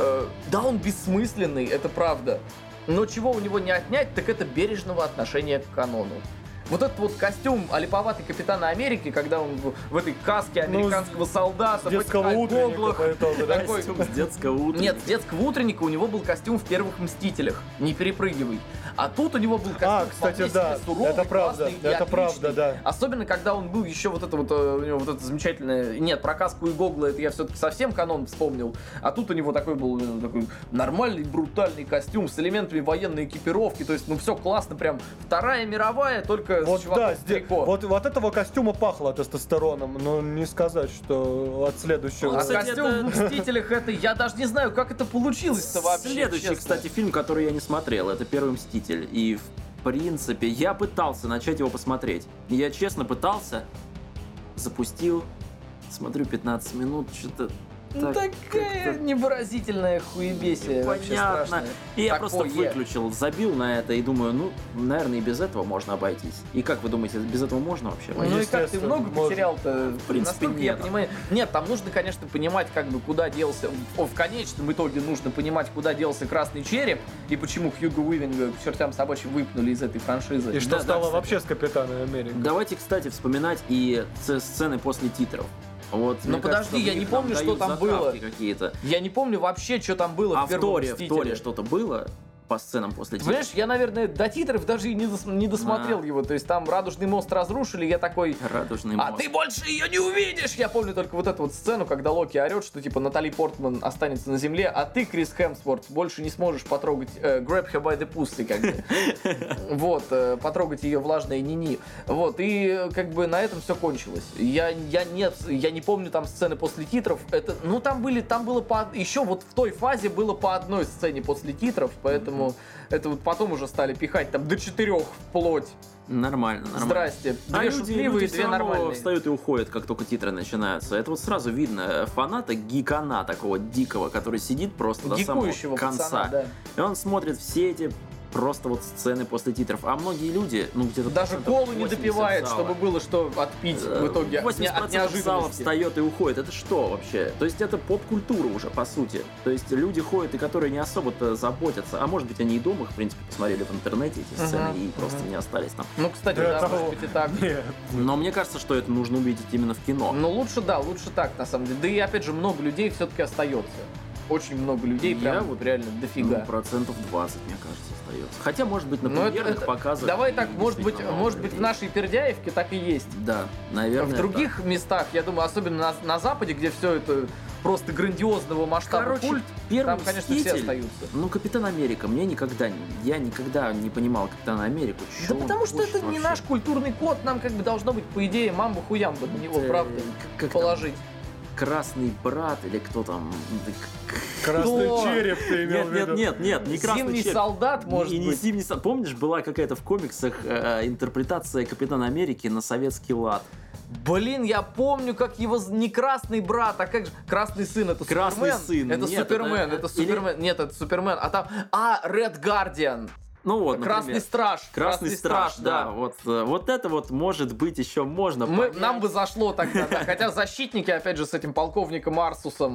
бессмысленный, это правда. Но чего у него не отнять, так это бережного отношения к канону. Вот этот вот костюм олиповатый Капитана Америки, когда он в этой каске американского солдата, в этих Детского утренника гоглах, по итогу, да? такой- Костюм с детского утра. Нет, с детского утренника у него был костюм в первых Мстителях. Не перепрыгивай. А тут у него был костюм кстати, вполне да, себе суровый, это правда, классный и это отличный. правда, да. Особенно, когда он был еще вот это вот, у него вот это замечательное... Нет, про каску и гоглы это я все-таки совсем канон вспомнил. А тут у него такой был такой нормальный, брутальный костюм с элементами военной экипировки. То есть, ну все классно, прям Вторая мировая, только Вот с чуваком да, в трико. вот этого костюма пахло тестостероном, но не сказать, что от следующего. А Кстати, костюм это- в Мстителях это... Я даже не знаю, как это получилось-то вообще, Следующий, честно. кстати, фильм, который я не смотрел, это «Первый Мститель». И, в принципе, я пытался начать его посмотреть. Я честно пытался, запустил, смотрю 15 минут, что-то... Ну, так такая как-то невыразительная хуебесие вообще Понятно. страшная. И я Такое. просто выключил, забил на это и думаю, ну, наверное, и без этого можно обойтись. И как вы думаете, без этого можно вообще Ну обойтись? и как ты естественно, много можно. потерял-то? В принципе, Насколько я нет. понимаю. Нет, там нужно, конечно, понимать, как бы куда делся. В конечном итоге нужно понимать, куда делся красный череп и почему Хьюго Уивинга к чертям собачьим выпнули из этой франшизы. И что Да, да, стало кстати. вообще с Капитаном Америкой? Давайте, кстати, вспоминать и сцены после титров. Вот, Ну, мне подожди, кажется, в я них не нам помню, что дают там затравки было. какие-то. Я не помню вообще, что там было А в в первом Торе «Мстителе». что-то было по сценам после титров? Понимаешь, я, наверное, до титров даже и не досмотрел А. его. То есть там Радужный мост разрушили, я такой... Радужный А мост. ты больше ее не увидишь! Я помню только вот эту вот сцену, когда Локи орет, что типа Натали Портман останется на земле, а ты, Крис Хемсворт, больше не сможешь потрогать grab her by the pussy, как бы. Вот, потрогать ее влажное нини. Вот, и как бы на этом все кончилось. Я не помню там сцены после титров. Это, ну там было еще вот в той фазе было по одной сцене после титров, поэтому это вот потом уже стали пихать там до 4 вплоть. Нормально, нормально. Здрасте. А Две люди шутливые, всё две равно нормальные. встают и уходят, как только титры начинаются. Это вот сразу видно фаната гикана такого дикого, который сидит просто до самого Гикующего конца. пацана, да. И он смотрит все эти просто вот сцены после титров. А многие люди, ну где-то Даже процентов колу не 80 допивает, зала, чтобы было что отпить в итоге от 80% зала неожиданности. встает и уходит. Это что вообще? То есть это поп-культура уже, по сути. То есть люди ходят, и которые не особо-то заботятся. А может быть, они и дома, их, в принципе, посмотрели в интернете, эти сцены, Мгм, и просто мгм. не остались там. Ну, кстати, Да, да, того- может быть и так. Нет. Но мне кажется, что это нужно увидеть именно в кино. Ну, лучше так, на самом деле. Да и, опять же, много людей все-таки остается. Очень много людей, Я прям вот, вот реально дофига. Ну, процентов 20, мне кажется, остается. Хотя, может быть, на Но премьерных показах... Давай и так, может быть, действительно много в людей. нашей Пердяевке так и есть. Да, наверное, В других местах, я думаю, особенно на Западе, где все это просто грандиозного масштаба Короче, культ, первый там, конечно, все «Мститель», остаются. Ну, Капитан Америка, я никогда не понимал Капитана Америку. Да потому что это не наш культурный код, нам как бы должно быть, по идее, мамба-хуямба на него, правда, как там, положить. Красный брат или кто там? Красный Кто? череп ты имел в виду. Нет, не красный Зимний череп. солдат, может и не быть. зимний солдат. Помнишь, была какая-то в комиксах интерпретация Капитана Америки на советский лад? Блин, я помню, как его не красный брат, а как же красный сын, это Красный Супермен. сын, Это нет, Супермен, это- это Супермен. Нет, это Супермен. А там Red Guardian. Ну вот, Красный например. страж. Красный страж, да. Вот это вот может быть еще можно понять. Нам бы зашло тогда, да. Хотя защитники, опять же, с этим полковником Арсусом,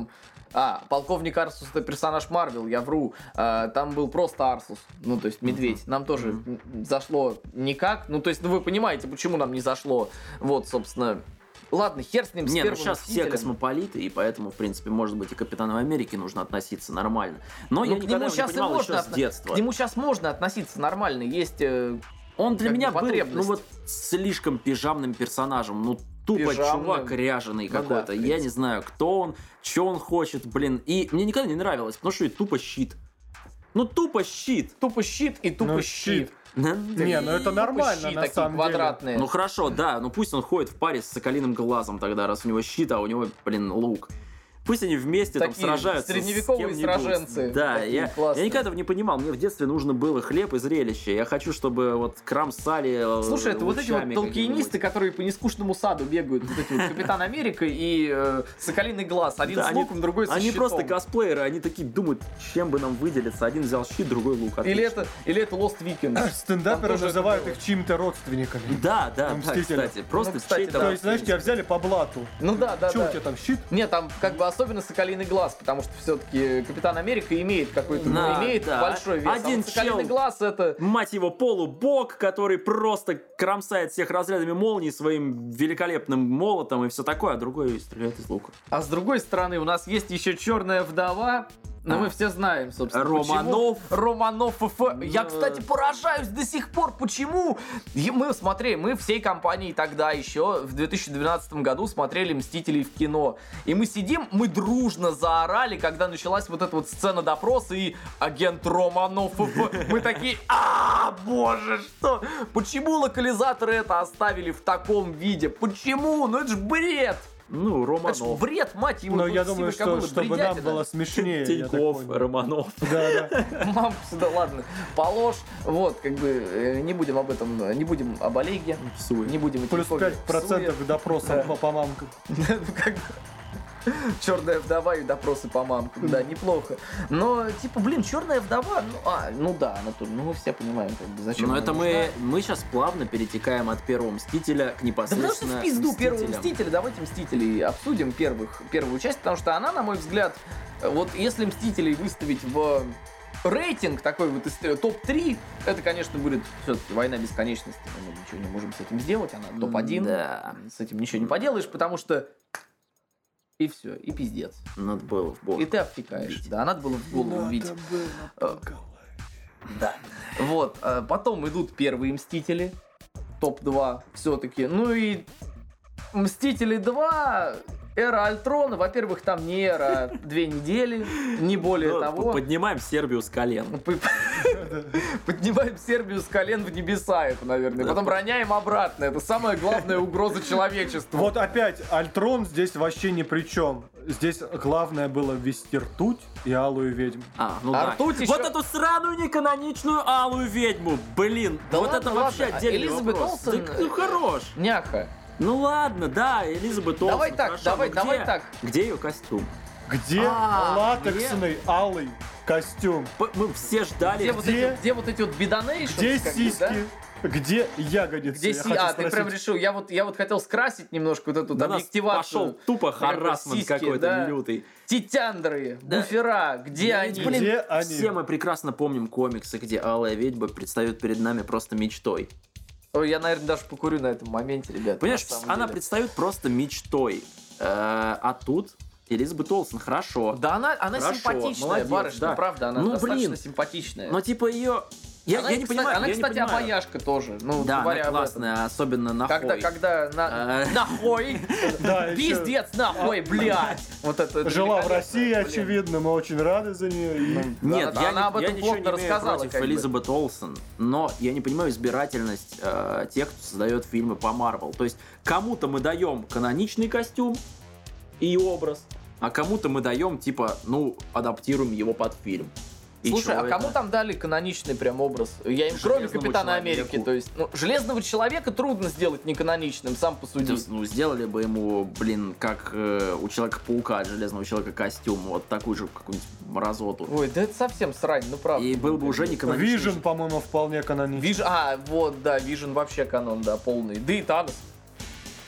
полковник Арсус — это персонаж Марвел, я вру. Там был просто Арсус, ну, то есть медведь. Нам тоже зашло никак. Ну, то есть, вы понимаете, почему нам не зашло. Вот, собственно... Ладно, хер с ним, с Не, первым сейчас Мстителем. все космополиты, и поэтому, в принципе, может быть, и к Капитану Америке нужно относиться нормально. Но Ну, я к никогда нему его не сейчас и понимал можно еще с детства. К нему сейчас можно относиться нормально. Есть... Он для как меня бы был, потребность. ну вот, слишком пижамным персонажем. Ну, тупо Пижамным. чувак ряженый Ну да, какой-то. в Я принципе. не знаю, кто он, что он хочет, блин. И мне никогда не нравилось, потому что это тупо щит. Ну, тупо щит. Тупо щит и тупо Ну, щит. Не, ну это нормально, щит на такие самом квадратные. Ну хорошо, да, ну пусть он ходит в паре с Соколиным глазом тогда, раз у него щит, а у него, блин, лук. Пусть они вместе там Такие сражаются средневековые с кем-нибудь. сраженцы. Да, Такие я классные. никогда этого не понимал. Мне в детстве нужно было хлеб и зрелище. Я хочу, чтобы вот кромсали Слушай, это вот эти вот лучами толкиенисты, которые по нескучному саду бегают. Вот эти вот Капитан Америка и Соколиный глаз. Один Да, с луком, другой с Они щитом. просто косплееры, они такие думают, чем бы нам выделиться. Один взял щит, другой лук. Или Отлично. это Lost Weekend. Стендаперы Там тоже называют это их чьими-то родственниками. Да, да, Мстители. кстати. Просто Ну, кстати, чей-то... То есть, знаешь, тебя взяли по блату. Ну да. Че у тебя там, щит? Нет, там как бы особенно Соколиный глаз, потому что все-таки Капитан Америка имеет какой-то, Да, имеет да. большой вес. Один а вот Соколиный чел- глаз это... Мать его, полубог, который просто кромсает всех разрядами молний своим великолепным молотом и все такое, а другой стреляет из лука. А с другой стороны, у нас есть еще Черная вдова. Но мы все знаем, собственно, Романов. почему. Романов. Я, кстати, поражаюсь до сих пор, почему. Мы всей компанией тогда еще в 2012 году смотрели «Мстителей» в кино. И мы сидим, мы дружно заорали, когда началась вот эта вот сцена допроса и агент Романов. Мы такие, боже, что? Почему локализаторы это оставили в таком виде? Почему? Ну это ж бред. Ну, Это ж Романов. бред, мать его. Но я ну, думаю, Сивка что была чтобы нам бредятина. было смешнее. я так Тиньков, понял. Романов. Да. Мамку сюда, ладно, положь. Вот, как бы, не будем об этом, не будем об Олеге, Псует. не будем... Плюс Тинькове 5% к допросам Да. по мамкам. Ну, как бы, Черная вдова и допросы по мамкам, да, неплохо. Но, типа, блин, Черная вдова, ну да, она тут, ну мы все понимаем, как бы, зачем Но она это нужна. мы сейчас плавно перетекаем от первого Мстителя к Да потому что непосредственно в пизду первого Мстителям. Мстителя, давайте Мстителей обсудим первую часть, потому что она, на мой взгляд, вот если Мстителей выставить в рейтинг такой вот из топ-3, это, конечно, будет все-таки «Война бесконечности». Мы ничего не можем с этим сделать, она топ-1. Да. С этим ничего не поделаешь, потому что и все, и пиздец. Надо было в бок. И ты обтекаешь. Да, надо было в голову бить. Да. Вот. Потом идут первые Мстители. Топ-2 все-таки. Ну и Мстители 2... Эра Альтрона, во-первых, там не эра 2 недели, не более Ну, того. Поднимаем Сербию с колен. Поднимаем Сербию с колен в небеса, это, наверное. Да. Потом роняем обратно. Это самая главная угроза человечеству. Вот опять, Альтрон здесь вообще ни при чем. Здесь главное было ввести ртуть и алую ведьму. Ну А да. ртуть еще- Вот эту сраную неканоничную алую ведьму, блин. Да вот ладно, это вообще ладно. отдельный Элизабет вопрос. Олсен, Да, ну хорош. Няха. Ну ладно, да, Элизабет Олсен. Давай так, хорошо, давай но где- так. Где ее костюм? Где латексный алый костюм? Мы все ждали. Где вот эти вот бидонейшнс, Где как бы, сиськи? да? Где ягодицы? Где Я хочу ты спросить. прям решил, я вот хотел скрасить немножко вот эту Да нас объективацию. пошел тупо Как бы харассмент сиськи, какой-то да. лютый. Титяндры, Да. буфера, где Да, они? блин, Где они? Все мы прекрасно помним комиксы, где алая ведьма предстает перед нами просто мечтой. Ой, я, наверное, даже покурю на этом моменте, ребят. Понимаешь, на самом она деле. предстает просто мечтой. А тут Элизабет Олсен, хорошо. Да, она Хорошо, симпатичная, молодец, барышня, да. правда, она Ну, достаточно блин. симпатичная. Но типа ее... Я Она, не кстати, понимаю, Она, я не кстати, понимаю. обаяшка тоже. Ну, Да, говоря она об этом. классная, особенно на Когда нахуй, Да, еще пиздец, нахуй, блядь. Вот это жила в великолепно, России, блин. очевидно, мы очень рады за нее. И- Нет, Она я, об этом ничего плотно не имею рассказала, против как бы. Элизабет Олсен, но я не понимаю избирательность тех, кто создает фильмы по Марвел. То есть кому-то мы даем каноничный костюм и образ, а кому-то мы даем, типа, адаптируем его под фильм. И Слушай, чё а кому это? там дали каноничный прям образ? Я им кроме Железному Капитана человеку. Америки, то есть, Железного Человека трудно сделать неканоничным, сам посуди. Сделали бы ему, как у Человека-паука от Железного Человека костюм, вот такую же какую-нибудь мразоту. Ой, да это совсем срань, ну правда. И был бы уже не каноничный. Вижен, по-моему, вполне каноничный. Вот, да, Вижен вообще канон, да, полный. Да и Танос.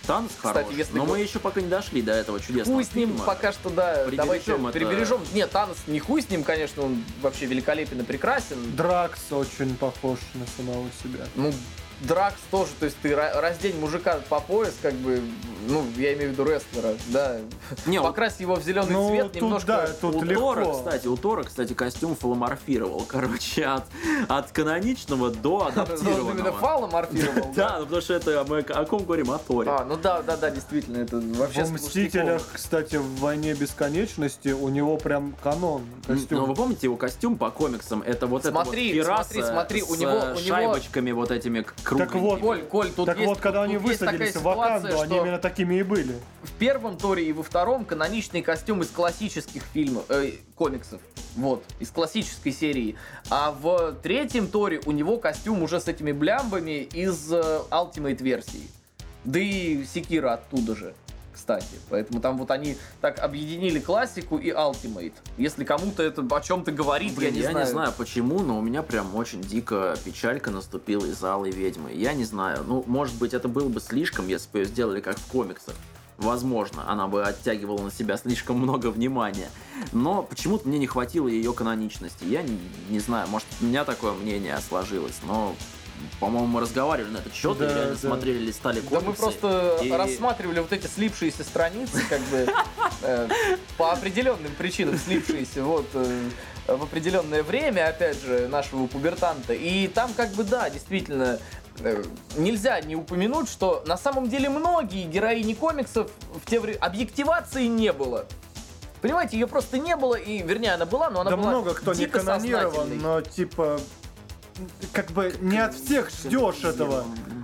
Танос Кстати, хорош, если но бы- мы еще пока не дошли до этого чудесного Хуй с ним фильма. пока что, да, Прибережем давайте это. прибережем. Нет, Танос не хуй с ним, конечно, он вообще великолепен и прекрасен. Дракс очень похож на самого себя. Ну, Дракс тоже, то есть ты раздень мужика по пояс, как бы, ну, я имею в виду рестлера, да. Не, Покрась его в зеленый Ну, цвет, тут немножко... да, тут у легко. Тора, кстати, костюм фаломорфировал. Короче, от каноничного до Он именно адаптированного. фалом морфировал, Да, ну потому что это мы о ком говорим? О Торе. А, ну да, действительно, это вообще В с «Мстителях», кстати, в «Войне бесконечности» у него прям канон костюм. Ну, вы помните его костюм по комиксам? Это вот Смотри, это вот кераса смотри, у с него- шайбочками вот этими кругленькими. вот, Коль, тут Так есть, вот, когда тут они есть высадились такая в Ваканду, ситуация, они что именно такими и были. в первом Торе и во втором каноничный костюм из классических фильмов, комиксов, вот, из классической серии. А в третьем Торе у него костюм уже с этими блямбами из Ultimate версии. Да и Секира оттуда же, кстати. Поэтому там вот они так объединили классику и Ultimate. Если кому-то это о чем-то говорит, Блин, я не знаю. почему, но у меня прям очень дико печалька наступила из-за Алой Ведьмы. Я не знаю, ну, может быть, это было бы слишком, если бы ее сделали как в комиксах. Возможно, она бы оттягивала на себя слишком много внимания. Но почему-то мне не хватило ее каноничности. Я не знаю, может, у меня такое мнение сложилось, но, по-моему, мы разговаривали на этот счет, Да, и реально да. смотрели, листали комиксы. Да мы просто и- рассматривали вот эти слипшиеся страницы, как бы по определенным причинам слипшиеся, вот в определенное время, опять же, нашего пубертанта. И там как бы, да, действительно, нельзя не упомянуть, что на самом деле многие героини комиксов в те времена объективации не было. Понимаете, ее просто не было, и, вернее, она была, но она Да была много кто не дико канонирован, сознательной. но типа как бы не от всех ждешь этого.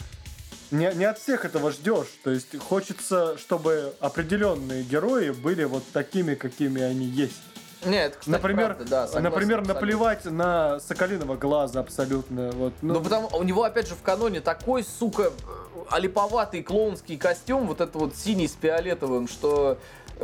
Не от всех этого ждешь. То есть хочется, чтобы определенные герои были вот такими, какими они есть. Нет, кстати, Например, правда, да, согласен например, абсолютно. наплевать на Соколиного Глаза абсолютно. Вот, Ну, потому у него, опять же, в каноне такой, сука, олиповатый клоунский костюм, вот этот вот синий с фиолетовым, что...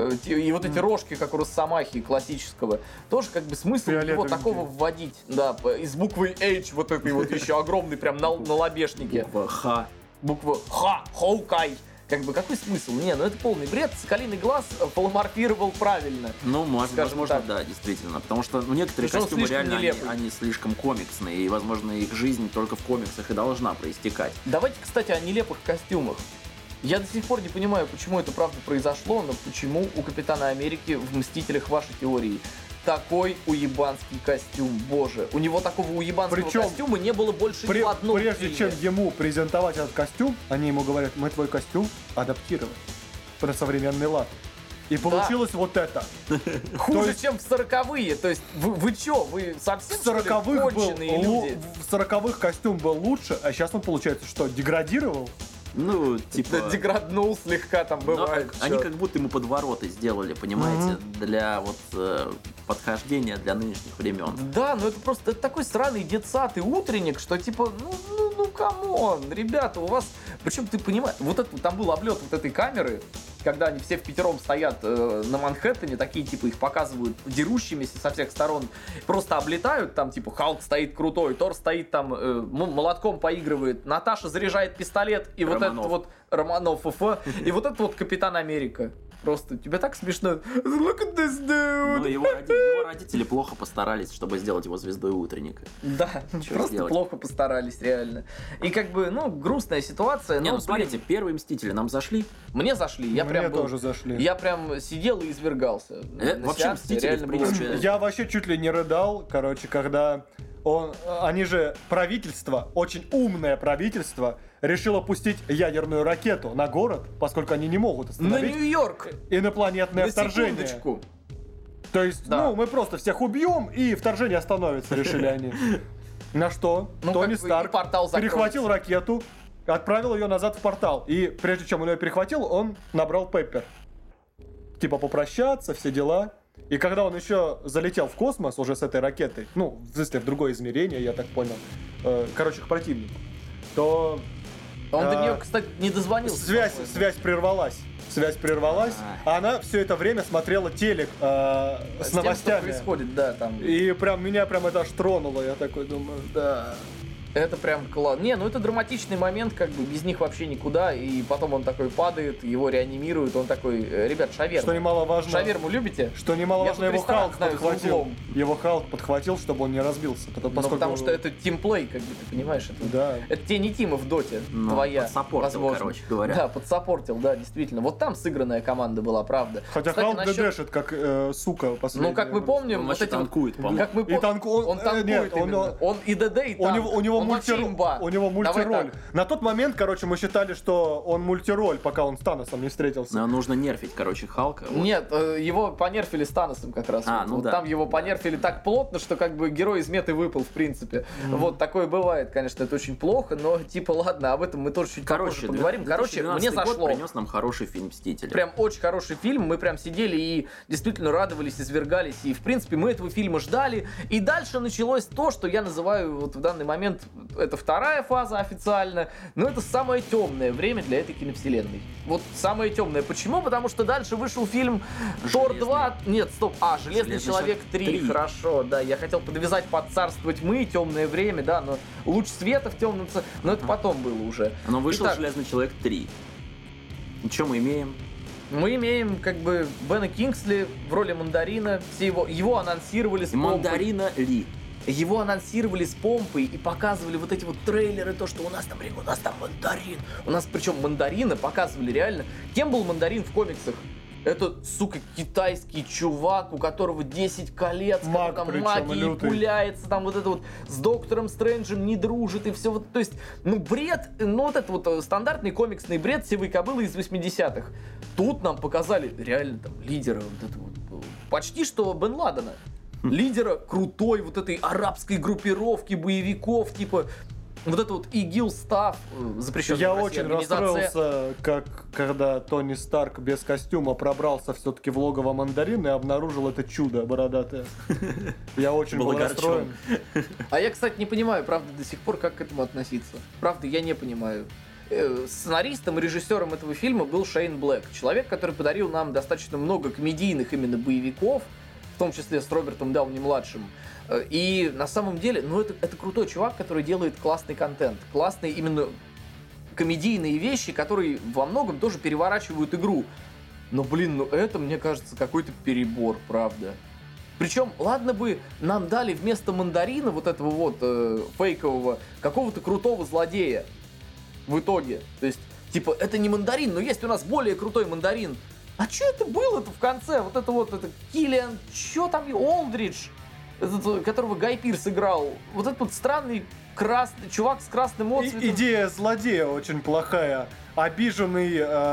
И вот эти рожки, как у Росомахи классического. Тоже как бы смысл его Фиолетовенькие. такого вводить. Да, из буквы H вот этой вот еще огромной прям на лобешнике. Буква Х. Буква Х, Хоукай. Как бы какой смысл? Не, ну это полный бред. Соколиный глаз полуморфировал правильно. Ну, Скажем возможно, так. да, действительно. Потому что некоторые Потому что он костюмы слишком реально нелепый. они слишком комиксные, и, возможно, их жизнь только в комиксах и должна проистекать. Давайте, кстати, о нелепых костюмах. Я до сих пор не понимаю, почему это правда произошло, но почему у Капитана Америки в «Мстителях» ваши теории такой уебанский костюм, боже. У него такого уебанского Причем костюма не было больше ни в одном Прежде фильме. чем ему презентовать этот костюм, они ему говорят, мы твой костюм адаптировали на современный лад. И получилось вот это. Хуже, то есть- чем в 40-е. То есть вы чё, вы совсем В что ли 40-х конченые люди? в 40-х костюм был лучше, а сейчас он, получается, что, деградировал? Ну, типа... Да, деграднул слегка, там но бывает. они чё. как будто ему подвороты сделали, понимаете, для вот подхождения для нынешних времен. Да, но это просто это такой сраный детсатый утренник, что типа, ну, камон, ребята, у вас... Причем ты понимаешь, вот это, там был облет вот этой камеры, когда они все впятером стоят на Манхэттене, такие типа их показывают дерущимися со всех сторон, просто облетают, там типа Халк стоит крутой, Тор стоит там, молотком поигрывает, Наташа заряжает пистолет, и вот Романов. этот вот Романов, и вот этот вот Капитан Америка. Просто тебе так смешно. Look at this dude. Но его родители плохо постарались, чтобы сделать его звездой утренника. Да, Чё просто сделать? плохо постарались, реально. И как бы, ну, грустная ситуация, Не, но, ну смотрите, первые Мстители нам зашли. мне зашли, я Мне прям был- тоже зашли. Я прям сидел и извергался. На Вообще сеансе Мстители, реально в было принципе, круто. Я вообще чуть ли не рыдал, короче, когда они же правительство, очень умное правительство, решило пустить ядерную ракету на город, поскольку они не могут На остановить Нью-Йорк! инопланетное На вторжение. секундочку. То есть, Да. ну, мы просто всех убьем, и вторжение остановится, решили они. На что Ну, Тони как бы и Старк портал закроется. перехватил ракету, отправил ее назад в портал. И прежде чем он ее перехватил, он набрал Пеппер. Типа попрощаться, все дела. И когда он еще залетел в космос уже с этой ракетой, ну, в смысле, в другое измерение, я так понял, короче, к противнику, то Он до А, нее, кстати, не дозвонился. связь прервалась. Связь прервалась, а она все это время смотрела телек с С тем, что новостями. происходит, да, там. И прям меня прям это аж тронуло. Я такой думаю, да. Это прям классно. Не, ну это драматичный момент, как бы без них вообще никуда. И потом он такой падает, его реанимируют, он такой, ребят, шаверму. Что немаловажно. Шаверму любите? Что немаловажно, его Халк подхватил. углом. Его Халк подхватил, чтобы он не разбился. Потому что это тимплей, как бы, ты понимаешь? Это, Да. это тебе не Тима в доте, твоя. Подсаппортил, возможно. короче говоря. Да, подсаппортил, да, действительно. Вот там сыгранная команда была, правда. Хотя Кстати, Халк насчет- ДДшит, как сука последняя. Ну, как мы помним, Он вот вообще эти вот- танкует, по-моему. Как мы И танку- он танкует нет, именно. Он и ДД, и У танк. него Он вообще имба. у него Давай мультироль. так. На тот момент, короче, мы считали, что он мультироль, пока он с Таносом не встретился. Но нужно нерфить, короче, Халка. Вот. Нет, его понерфили с Таносом как раз. А, ну Вот да. Там его понерфили так плотно, что как бы герой из меты выпал, в принципе. Вот такое бывает, конечно, это очень плохо, но типа ладно, об этом мы тоже чуть попозже Короче, поговорим. Короче, мне 2012 год зашло. принес нам хороший фильм «Мстители». Прям очень хороший фильм, мы прям сидели и действительно радовались, извергались, и в принципе мы этого фильма ждали. И дальше началось то, что я называю вот в данный момент, это вторая фаза официально, но это самое темное время для этой киновселенной. Вот самое темное. Почему? Потому что дальше вышел фильм Тор 2, нет, стоп, Железный человек 3, хорошо, да, я хотел подвязать под Царство тьмы, темное время, да, но луч света в темном, но это потом было уже. Но вышел Итак, «Железный человек 3». И что мы имеем? мы имеем как бы Бена Кингсли в роли Мандарина, все его анонсировали с помпой. Мандарина Ли. Его анонсировали с помпой и показывали вот эти вот трейлеры, то, что у нас там Мандарин. У нас причем Мандарина показывали реально. Кем был Мандарин в комиксах? Это, сука, китайский чувак, у которого 10 колец, Маг, там причем магией лютый. пуляется, там вот это вот с Доктором Стрэнджем не дружит и все вот, то есть, ну, бред, ну, вот это вот стандартный комиксный бред сивой кобылы из 80-х. Тут нам показали реально там лидера вот этого вот, почти что Бен Ладена. Лидера крутой вот этой арабской группировки боевиков, типа вот это вот ИГИЛ став, запрещенная Я в России очень организация. расстроился, когда Тони Старк без костюма пробрался все-таки в логово Мандарина и обнаружил это чудо бородатое. Я очень был Был расстроен. А я, кстати, не понимаю, правда, до сих пор, как к этому относиться. Правда, я не понимаю. Сценаристом и режиссером этого фильма был Шейн Блэк. Человек, который подарил нам достаточно много комедийных именно боевиков, в том числе с Робертом Дауни-младшим. И на самом деле, ну это крутой чувак, который делает классный контент. Классные именно комедийные вещи, которые во многом тоже переворачивают игру. Но, блин, ну это, мне кажется, какой-то перебор, правда. Причем, ладно бы нам дали вместо Мандарина вот этого вот фейкового какого-то крутого злодея в итоге. То есть, типа, это не Мандарин, но есть у нас более крутой Мандарин. А что это было-то в конце? Вот это Киллиан, что там, Олдридж, этот, которого Гай Пирс играл. Вот этот вот странный красный чувак с красным отцветом. Идея злодея очень плохая. Обиженный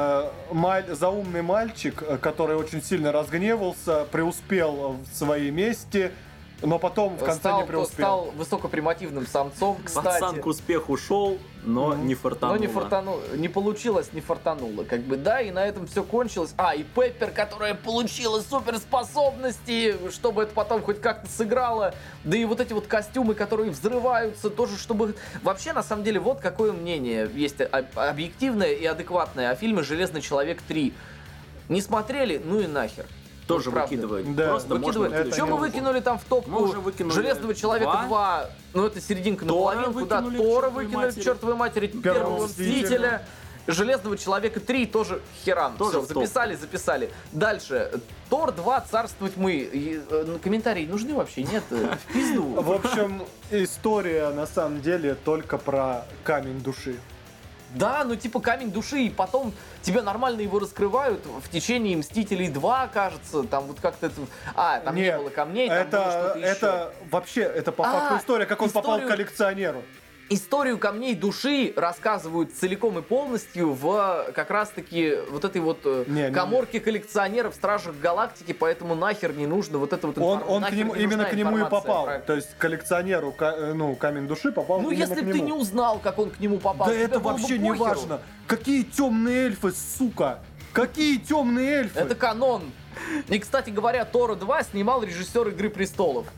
заумный мальчик, который очень сильно разгневался, преуспел в своей мести, но потом в конце не преуспел. Стал высокопримативным самцом, кстати. Пацан к успеху шел, но не фартануло. Но не фартануло. Не получилось, не фартануло. Как бы, да, и на этом все кончилось. И Пеппер, которая получила суперспособности, чтобы это потом хоть как-то сыграло. Да и вот эти вот костюмы, которые взрываются, тоже чтобы... Вообще, на самом деле, вот какое мнение есть объективное и адекватное о фильме «Железный человек 3». Не смотрели? Ну и нахер. Тоже Правда. выкидывают. Да. Просто можно Выкидывали. выкидывать. Что мы выкинули там в Мы топку уже выкинули «Железного человека 2», ну это серединка Тора наполовинку, да, выкинули, Тора к чертовой выкинули, матери. к чертовой матери, Первого Мстителя, «Железного человека 3» тоже херам. Тоже Всё, в топ. записали. Дальше, Тор 2, Царство тьмы. Комментарии нужны вообще? Нет? В пизду. В общем, история на самом деле только про камень души. Да, ну типа камень души, и потом тебе нормально его раскрывают в течение «Мстителей 2», кажется, там вот как-то это... там не Нет, было камней, там было что-то еще. это вообще, это по факту история, как он попал к историю- коллекционеру. Историю камней души рассказывают целиком и полностью в как раз-таки вот этой вот каморке коллекционеров в Стражах Галактики, поэтому нахер не нужно вот это вот Он нахер к нему, не именно нужна к нему и информация попал. про- То есть коллекционеру камень души попал Ну, именно если к бы нему. ты не узнал, как он к нему попал, Да тебе это было бы вообще не похеру. важно. Какие темные эльфы, сука! Какие темные эльфы! Это канон. И, кстати говоря, Тора 2 снимал режиссер «Игры престолов».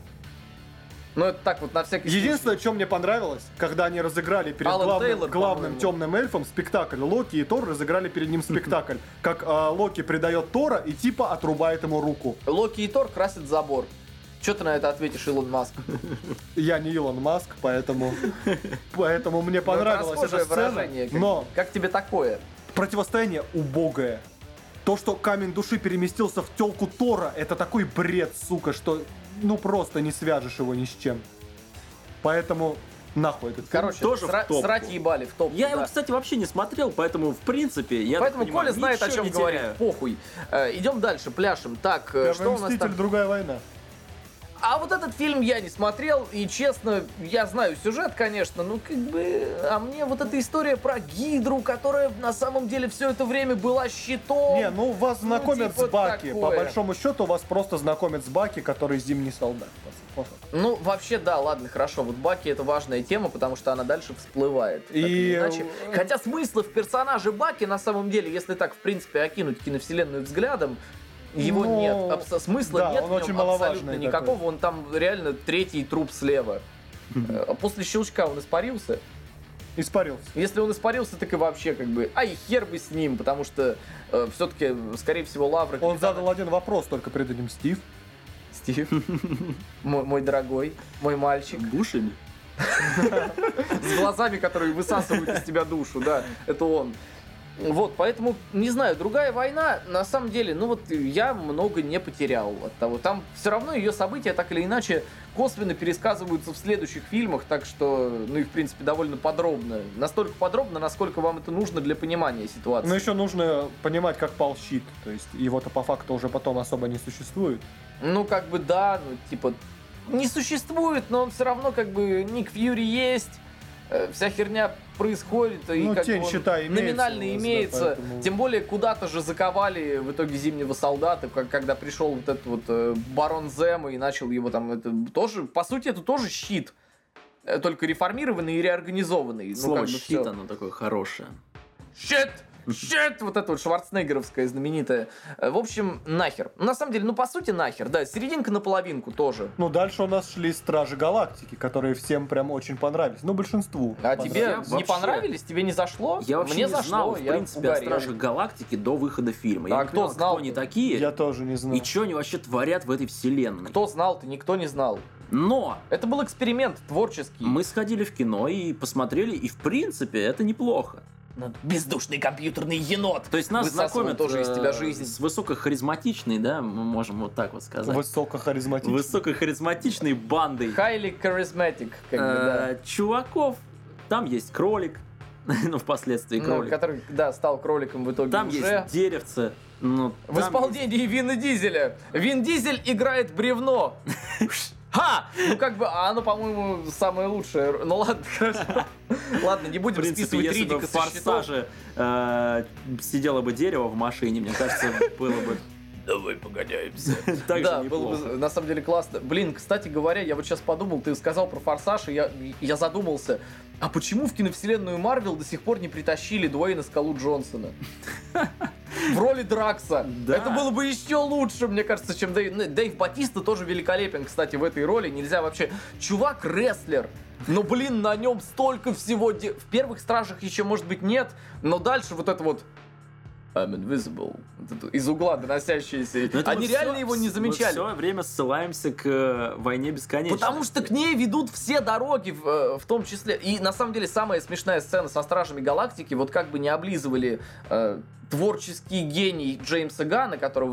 Ну, это так вот на всякий случай. Единственное, что мне понравилось, когда они разыграли перед Алан Тейлор, главным по-моему. темным эльфом спектакль. Локи и Тор разыграли перед ним спектакль. Как Локи предает Тора и типа отрубает ему руку. Локи и Тор красят забор. Что ты на это ответишь, Илон Маск? Я не Илон Маск, поэтому мне понравилась эта Расхожее сцена. выражение. Но Как тебе такое? противостояние убогое. То, что камень души переместился в телку Тора, это такой бред, сука, что просто не свяжешь его ни с чем. Поэтому нахуй этот фильм. Короче, тоже в топку. срать ебали в топку. Я да. его, кстати, вообще не смотрел, поэтому, в принципе, я Поэтому так понимаю, Коля знает, о ничего чем не говорит. теряю. Похуй. Идем дальше, пляшем. Так, Первый что у нас Мститель, там? другая война. А вот этот фильм я не смотрел, и честно, я знаю сюжет, конечно, а мне вот эта история про Гидру, которая на самом деле все это время была щитом. Не, вас знакомят типа с Баки. По такое. большому счету вас просто знакомят с Баки, который зимний солдат. По факту. Вообще, да, ладно, хорошо. Вот Баки — это важная тема, потому что она дальше всплывает. Так И- или иначе. Хотя смысла в персонаже Баки, на самом деле, если так, в принципе, окинуть киновселенную взглядом, его Ну, нет. Смысла да, нет он в нем очень абсолютно маловажный никакого. такой. Он там реально третий труп слева. После щелчка он испарился. Испарился. Если он испарился, так и вообще и хер бы с ним, потому что все-таки, скорее всего, лавры... Он капитана- задал один вопрос только перед этим: Стив. Стив, мой дорогой, мой мальчик. Бушами? С глазами, которые высасывают из тебя душу, да, это он. Вот, поэтому, не знаю, другая война, на самом деле, я много не потерял от того. Там все равно ее события так или иначе косвенно пересказываются в следующих фильмах, так что, их, в принципе, довольно подробно. Настолько подробно, насколько вам это нужно для понимания ситуации. Но еще нужно понимать, как пал щит. То есть его-то по факту уже потом особо не существует. Да, не существует, но он все равно, Ник Фьюри есть, вся херня происходит, и тень он щита имеется номинально у вас, да, имеется. поэтому- Тем более, куда-то же заковали в итоге Зимнего солдата, когда пришел вот этот барон Зема и начал его там, это тоже, по сути, это тоже щит, только реформированный и реорганизованный. Слово всё. щит, оно такое хорошее. Щит! Щит! Вот это вот шварценеггеровское знаменитое. В общем, нахер. На самом деле, по сути, нахер. Да, серединка на половинку тоже. Дальше у нас шли Стражи Галактики, которые всем прям очень понравились. большинству. А понравились. тебе Я не вообще- понравились? Тебе не зашло? Я вообще Мне не зашло, знал, в я принципе, о угорел. Стражах Галактики до выхода фильма. А Я не кто понимал, знал-то? кто они такие Я тоже не знал. и что они вообще творят в этой вселенной. Кто знал-то? Никто не знал. Но Это был эксперимент творческий. мы сходили в кино и посмотрели, и в принципе это неплохо. Бездушный компьютерный енот. То есть нас Высасывал знакомят тоже из тебя жизнь. с высокохаризматичной, да, мы можем вот так вот сказать. Высокохаризматичный. Высокохаризматичной бандой Highly charismatic, да. чуваков. Там есть кролик, впоследствии кролик. Который, стал кроликом в итоге Там уже. есть деревце. В там исполнении Вина Дизеля. Вин Дизель играет бревно. Ха! Оно, по-моему, самое лучшее. Ну ладно, хорошо. Ладно, не В будем принципе, списывать если бы Риддика в со счетов. «Форсаже» сидело бы дерево в машине, мне кажется, было бы Давай погоняемся. так Да, же было бы неплохо. на самом деле классно. Блин, кстати говоря, я вот сейчас подумал, ты сказал про «Форсаж», и я задумался, а почему в киновселенную Марвел до сих пор не притащили Дуэйна Скалу Джонсона? В роли Дракса. Да. Это было бы еще лучше, мне кажется, чем Дэйв. Дэйв Батиста тоже великолепен, кстати, в этой роли. Нельзя вообще... Чувак рестлер. Но, блин, на нем столько всего... В первых «Стражах» еще, может быть, нет, но дальше вот это вот... I'm invisible. Вот это из угла доносящиеся. Но это Они мы реально всё- его не замечали. Мы все время ссылаемся к «Войне бесконечности». Потому что к ней ведут все дороги, в том числе. И на самом деле самая смешная сцена со Стражами Галактики, вот как бы не облизывали творческий гений Джеймса Ганна, которого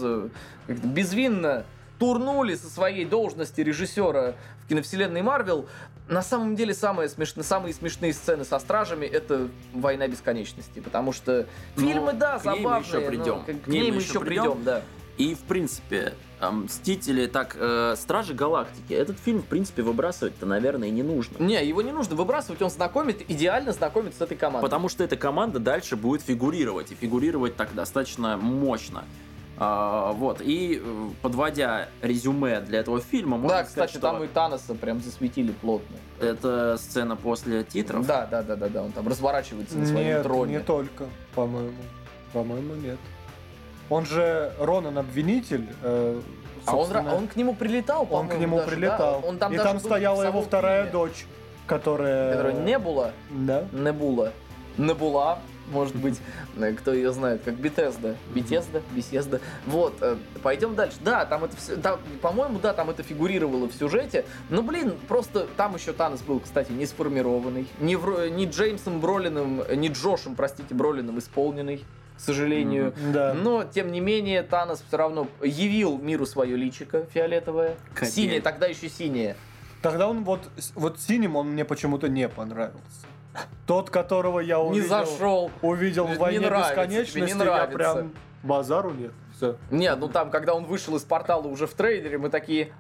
безвинно турнули со своей должности режиссера в киновселенной Марвел. На самом деле самые смешные сцены со Стражами — это «Война бесконечности», потому что фильмы, да, к ней мы забавные, еще придем. но к ней мы еще придем, да. И, в принципе, «Мстители», «Стражи Галактики», этот фильм, в принципе, выбрасывать-то, наверное, и не нужно. Не, его не нужно выбрасывать, он идеально знакомит с этой командой. Потому что эта команда дальше будет фигурировать, и фигурировать так достаточно мощно. И подводя резюме для этого фильма, можно Да, сказать, кстати, что там и Таноса прям засветили плотно. это сцена после титров. Да, он там разворачивается на своем Нет, троне. не только, по-моему. По-моему, нет. Он же Ронан Обвинитель. А он собственно, к нему прилетал, он по-моему, к нему даже, прилетал. да? Он там и даже там был стояла в его самом вторая фильме. дочь, которая... Которая Небула. Да. Небула. может быть, кто ее знает, как Bethesda. Bethesda. Вот, пойдем дальше. Да, там это все, по-моему, да, там это фигурировало в сюжете. Но, блин, просто там еще Танос был, кстати, не сформированный. Не Джеймсом Бролином, не Джошем, простите, Бролином исполненный, к сожалению. Да. Но, тем не менее, Танос все равно явил миру свое личико фиолетовое. Капец. Синее, тогда еще синее. Тогда он вот синим он мне почему-то не понравился. Тот, которого я Не зашел. увидел в «Войне нравится, бесконечности», тебе не я нравится. прям базару нет. Все. Не, ну там, когда он вышел из портала уже в трейлере, мы такие...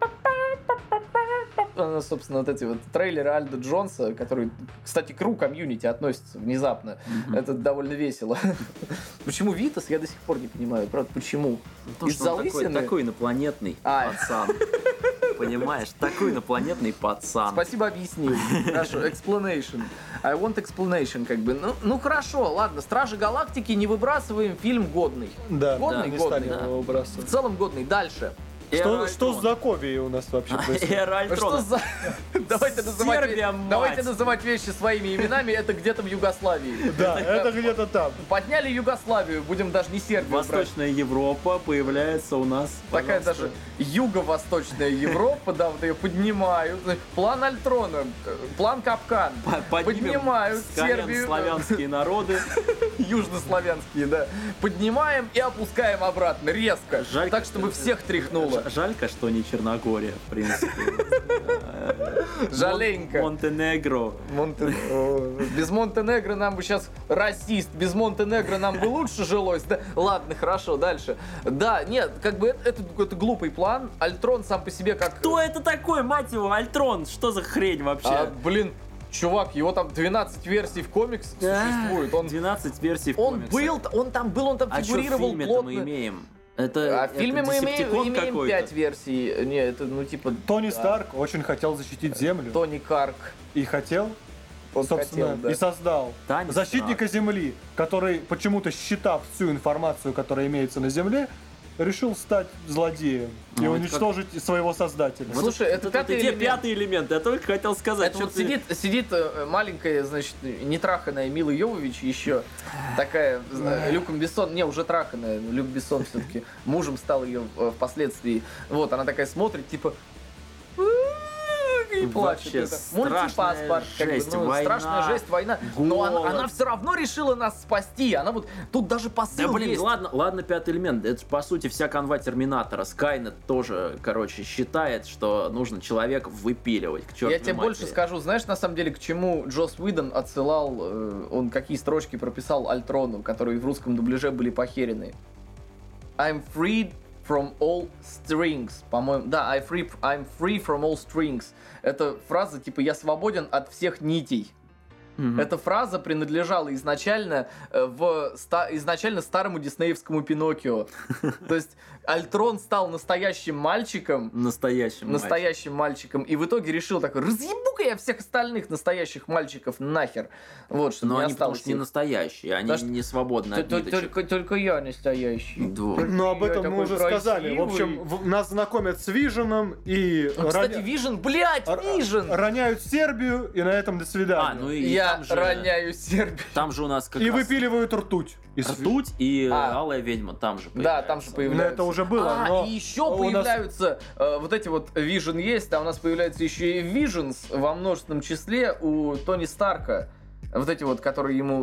Собственно, вот эти вот трейлеры Альда Джонса, который, кстати, к комьюнити относится внезапно. Это довольно весело. Почему Витас, я до сих пор не понимаю. Правда, почему? Потому что он такой инопланетный пацан. Понимаешь? Такой инопланетный пацан. Спасибо, объяснил. Хорошо, explanation. I want explanation, как бы. Ну хорошо, ладно. Стражи Галактики не выбрасываем, фильм годный. Да, Годный, не годный. стали его выбрасывать. В целом годный. Дальше. Что с Заковией у нас вообще происходит? Эра Альтрона. Что за... Сербия, мать. Давайте называть вещи своими именами, это где-то в Югославии. Да, это где-то там. Подняли Югославию, будем даже не Сербию брать. Восточная Европа появляется у нас. Такая пожалуйста. даже юго-восточная Европа, да, вот ее поднимают. План Альтрона, план Капкан. Поднимают Сербию. Славянские народы. Южнославянские, да. Поднимаем и опускаем обратно, резко. Жаль, так, чтобы всех тряхнуло. Жалько, что не Черногория, в принципе. Жаленько. Монтенегро. Без Монтенегро нам бы сейчас расист, без Монтенегро нам бы лучше жилось. Да? Ладно, хорошо, дальше. Да, нет, как бы это глупый план. Альтрон сам по себе как... Кто это такой, мать его, Альтрон? Что за хрень вообще? Блин, чувак, его там 12 версий в комикс существует. 12 версий в комиксах. Он там фигурировал А что в фильме-то плотно. мы имеем? Это, В фильме мы имеем какой-то. 5 версий. Не, это ну типа... Тони Старк очень хотел защитить Землю. Тони Карк. И хотел, Он собственно, хотел, да. и создал Тони защитника Земли, который, почему-то считав всю информацию, которая имеется на Земле, решил стать злодеем и Ну, это уничтожить своего создателя. Вот Слушай, это пятый элемент. пятый элемент, я только хотел сказать. Это вот сидит маленькая, значит, нетраханная Мила Йовович еще, такая, Люком Бессон, не, уже траханная, но Люк Бессон все-таки мужем стал ее впоследствии. Вот, она такая смотрит, типа... И плачет. Вообще Это. страшная Мультипаспорт, как бы, жесть, ну, война, страшная жесть, война. Но голод. она все равно решила нас спасти. Она вот, тут даже посыл Да блин, есть. ладно, пятый элемент. Это по сути вся канва Терминатора. Скайнет тоже, короче, считает, что нужно человека выпиливать. К чертовой Я тебе матери. больше скажу, знаешь, на самом деле, к чему Джосс Уидон отсылал, он какие строчки прописал Альтрону, которые в русском дубляже были похерены. I'm freed from all strings. По-моему, да, I'm free from all strings. Это фраза типа «я свободен от всех нитей». Мгм. Эта фраза принадлежала изначально изначально старому диснеевскому Пиноккио. То есть Альтрон стал настоящим мальчиком, Настоящим мальчиком, и в итоге решил такой: разъебу-ка я всех остальных настоящих мальчиков нахер. Вот, чтобы Но не они потому осталось что не их. настоящие, они Да что- не свободны от ниточек. Только я настоящий. Да. Но об Я этом мы такой уже сказали. В красивый. общем, нас знакомят с Виженом и Кстати, Вижен, блядь, Вижен! роняют Сербию, и на этом до свидания. Ну и Я там же, роняю Сербию. там же у нас как И раз выпиливают ртуть. ртуть и А. Алая ведьма там же Да, появляется. там же Ну, появляются. это уже было, но и еще у нас- появляются вот эти вот Vision есть, а у нас появляются еще и Visions во множественном числе у Тони Старка. Вот эти вот, которые ему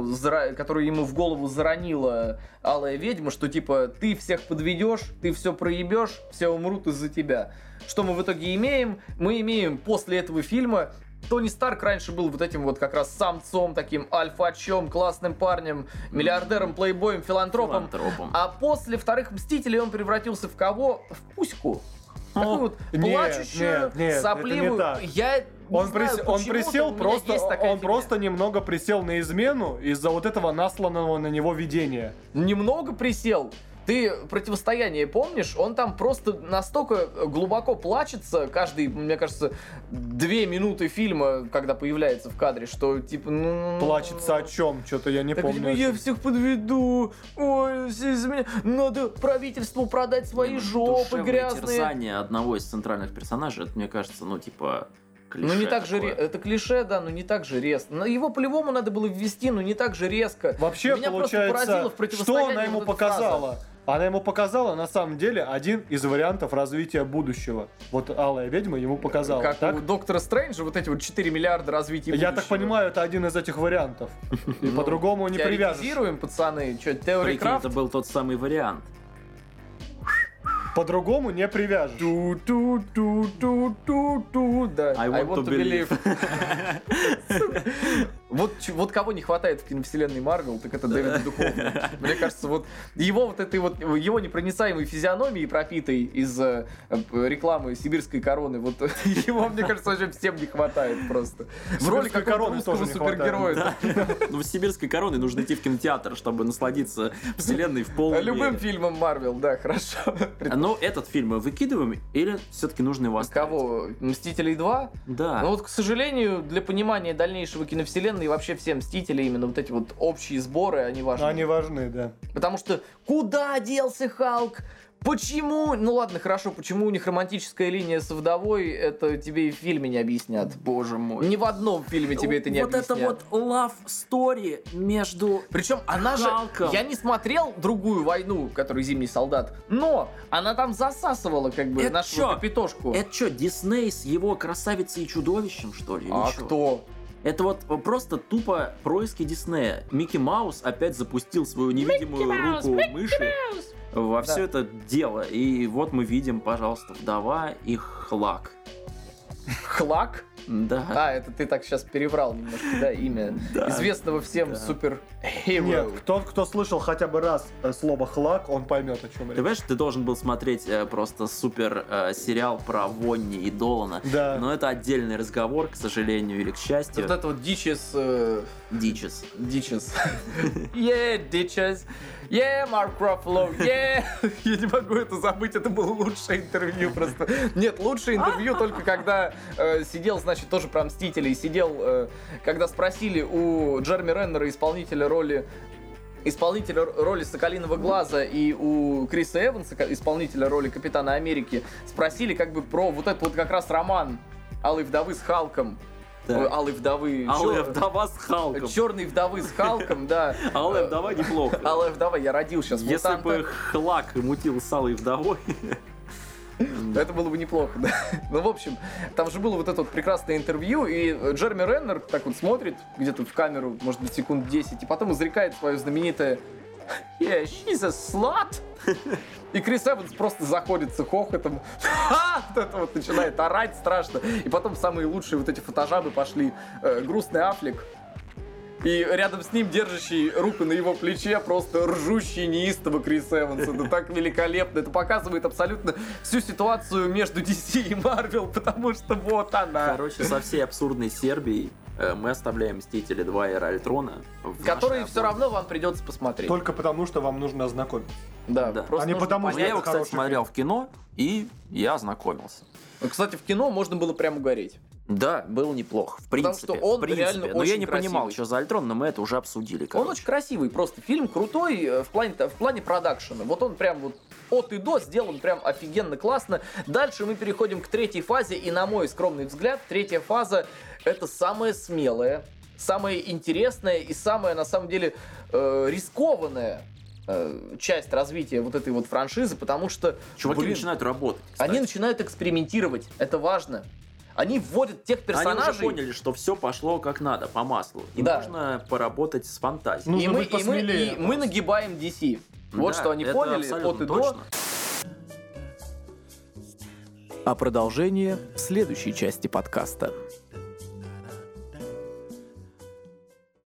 в голову заронила Алая ведьма, что типа ты всех подведешь, ты все проебешь, все умрут из-за тебя. Что мы в итоге имеем? Мы имеем после этого фильма Тони Старк раньше был вот этим вот как раз самцом, таким альфачом, классным парнем, миллиардером, плейбоем, филантропом. А после вторых Мстителей он превратился в кого? В Пуську. Такую вот нет, плачущую, нет, сопливую. это не так. Я не Он знаю, он почему-то присел у меня просто, есть такая он фигня. просто немного присел на измену из-за вот этого насланного на него видения. Немного присел. Ты «Противостояние» помнишь? Он там просто настолько глубоко плачется каждые, мне кажется, 2 минуты фильма, когда появляется в кадре, что типа... Плачется о чем? Что-то я не Так, помню. я всех подведу. Ой, из меня надо правительству продать свои жопы Душевное грязные. терзание одного из центральных персонажей, это, мне кажется, ну, типа, клише. Ну, не так же... такое. Это клише, да, но не так же резко. Но его по-любому надо было ввести, но не так же резко. Вообще, Меня просто поразило получается, в что противостоянии она ему вот эта показала? Она ему показала, на самом деле, один из вариантов развития будущего. Вот Алая ведьма ему показала. Как так? у Доктора Стрэнджа, вот эти вот 4 миллиарда развития Я будущего. так понимаю, это один из этих вариантов. И Ну, по-другому не привяжешь. теоретизируем, пацаны. Что, теория Прикинь, Крафт? это был тот самый вариант. По-другому не привяжешь. Ту-ту-ту-ту-ту-ту, да. I want to believe. Вот кого не хватает в киновселенной Марвел, так это Дэвид Духовный. Мне кажется, вот его непроницаемой физиономией, пропитой из рекламы сибирской короны, вот его, мне кажется, вообще всем не хватает просто. В роли Сибирской какого-то короны русского тоже не хватает. супергероя. Ну, в сибирской короне нужно идти в кинотеатр, чтобы насладиться вселенной в полной Любым мере. фильмом Марвел, да, хорошо. Но этот фильм мы выкидываем или все-таки нужно его оставить? Кого? Мстителей 2? Да. Ну вот, к сожалению, для понимания дальнейшего киновселенной и вообще все Мстители, именно вот эти вот общие сборы, они важны. Они важны, да. Потому что куда делся Халк? Почему? Ну ладно, хорошо, почему у них романтическая линия с вдовой, это тебе и в фильме не объяснят. Боже мой. Ни в одном фильме тебе это не вот объяснят. это вот love story между... Причем она же... Халком. Я не смотрел другую войну, которую «Зимний солдат», но она там засасывала как бы Это нашу чё? капитошку. Это что, Дисней с его красавицей и чудовищем, что ли? или А чё? кто? Это вот просто тупо происки Диснея. Микки Маус опять запустил свою невидимую руку мыши во все это дело. И вот мы видим, пожалуйста, вдова и Хлак. Хлак? Да. А, это ты так сейчас переврал немножко, да, имя Да. известного всем Да. супер-херо. Нет, тот, кто слышал хотя бы раз слово «хлак», он поймет, о чем Ты речь. понимаешь, ты должен был смотреть просто супер сериал про Вонни и Долана. Да. Но это отдельный разговор, к сожалению или к счастью. Вот это вот дичес... Дичес. Дичес. Yeah, дичес. Yeah, Марк Руффало. Yeah. Я не могу это забыть, это было лучшее интервью просто. Нет, лучшее интервью только когда сидел, значит, тоже про Мстителей, сидел, когда спросили у Джереми Реннера, исполнителя роли Соколиного Глаза, и у Криса Эванса, исполнителя роли Капитана Америки, спросили как бы про вот этот вот как раз роман Алой вдовы с Халком. Да. Ой, Алой вдовы. Алая вдова с Халком. Черной вдовы с Халком, да. Алая вдова неплохо. Алая вдова, я родил сейчас Если мутанта. бы Хлак мутил с Алой вдовой... Это было бы неплохо, да. Ну, в общем, там же было вот это вот прекрасное интервью, и Джереми Реннер так вот смотрит где-то в камеру, может быть, секунд 10, и потом изрекает свое знаменитое «Yeah, she's a slut!» И Крис Эванс просто заходится хохотом. Вот это вот начинает орать страшно. И потом самые лучшие вот эти фотожабы пошли. Грустный Аффлек. И рядом с ним держащий руку на его плече просто ржущий неистово Крис Эванс. Это так великолепно. Это показывает абсолютно всю ситуацию между DC и Marvel, потому что вот она. Короче, со всей абсурдной Сербией мы оставляем «Мстители 2. Эра Альтрона». в Которые нашей все обойме. равно вам придется посмотреть. Только потому, что вам нужно ознакомиться. Да, Да. просто А не нужно потому, Ну, что я понять. его, это кстати, хороший смотрел в кино, и я ознакомился. Кстати, в кино можно было прям угореть. Да, был неплох. В Потому принципе. что он в принципе. реально Но я очень не понимал, красивый. что за Альтрон, но мы это уже обсудили. Он короче. очень красивый, просто фильм крутой в плане продакшена. Вот он прям вот от и до сделан прям офигенно классно. Дальше мы переходим к третьей фазе, и на мой скромный взгляд, третья фаза это самая смелая, самая интересная и самая, на самом деле, рискованная часть развития вот этой вот франшизы, потому что, Чуваки блин, начинают работать. кстати. они начинают экспериментировать, это важно. Они вводят тех Они персонажей. уже поняли, что все пошло как надо, по маслу. И Да. нужно поработать с фантазией. Нужно И мы, быть посмелее мы просто. нагибаем DC. Вот Да, что они это поняли абсолютно от и точно. до. А продолжение в следующей части подкаста.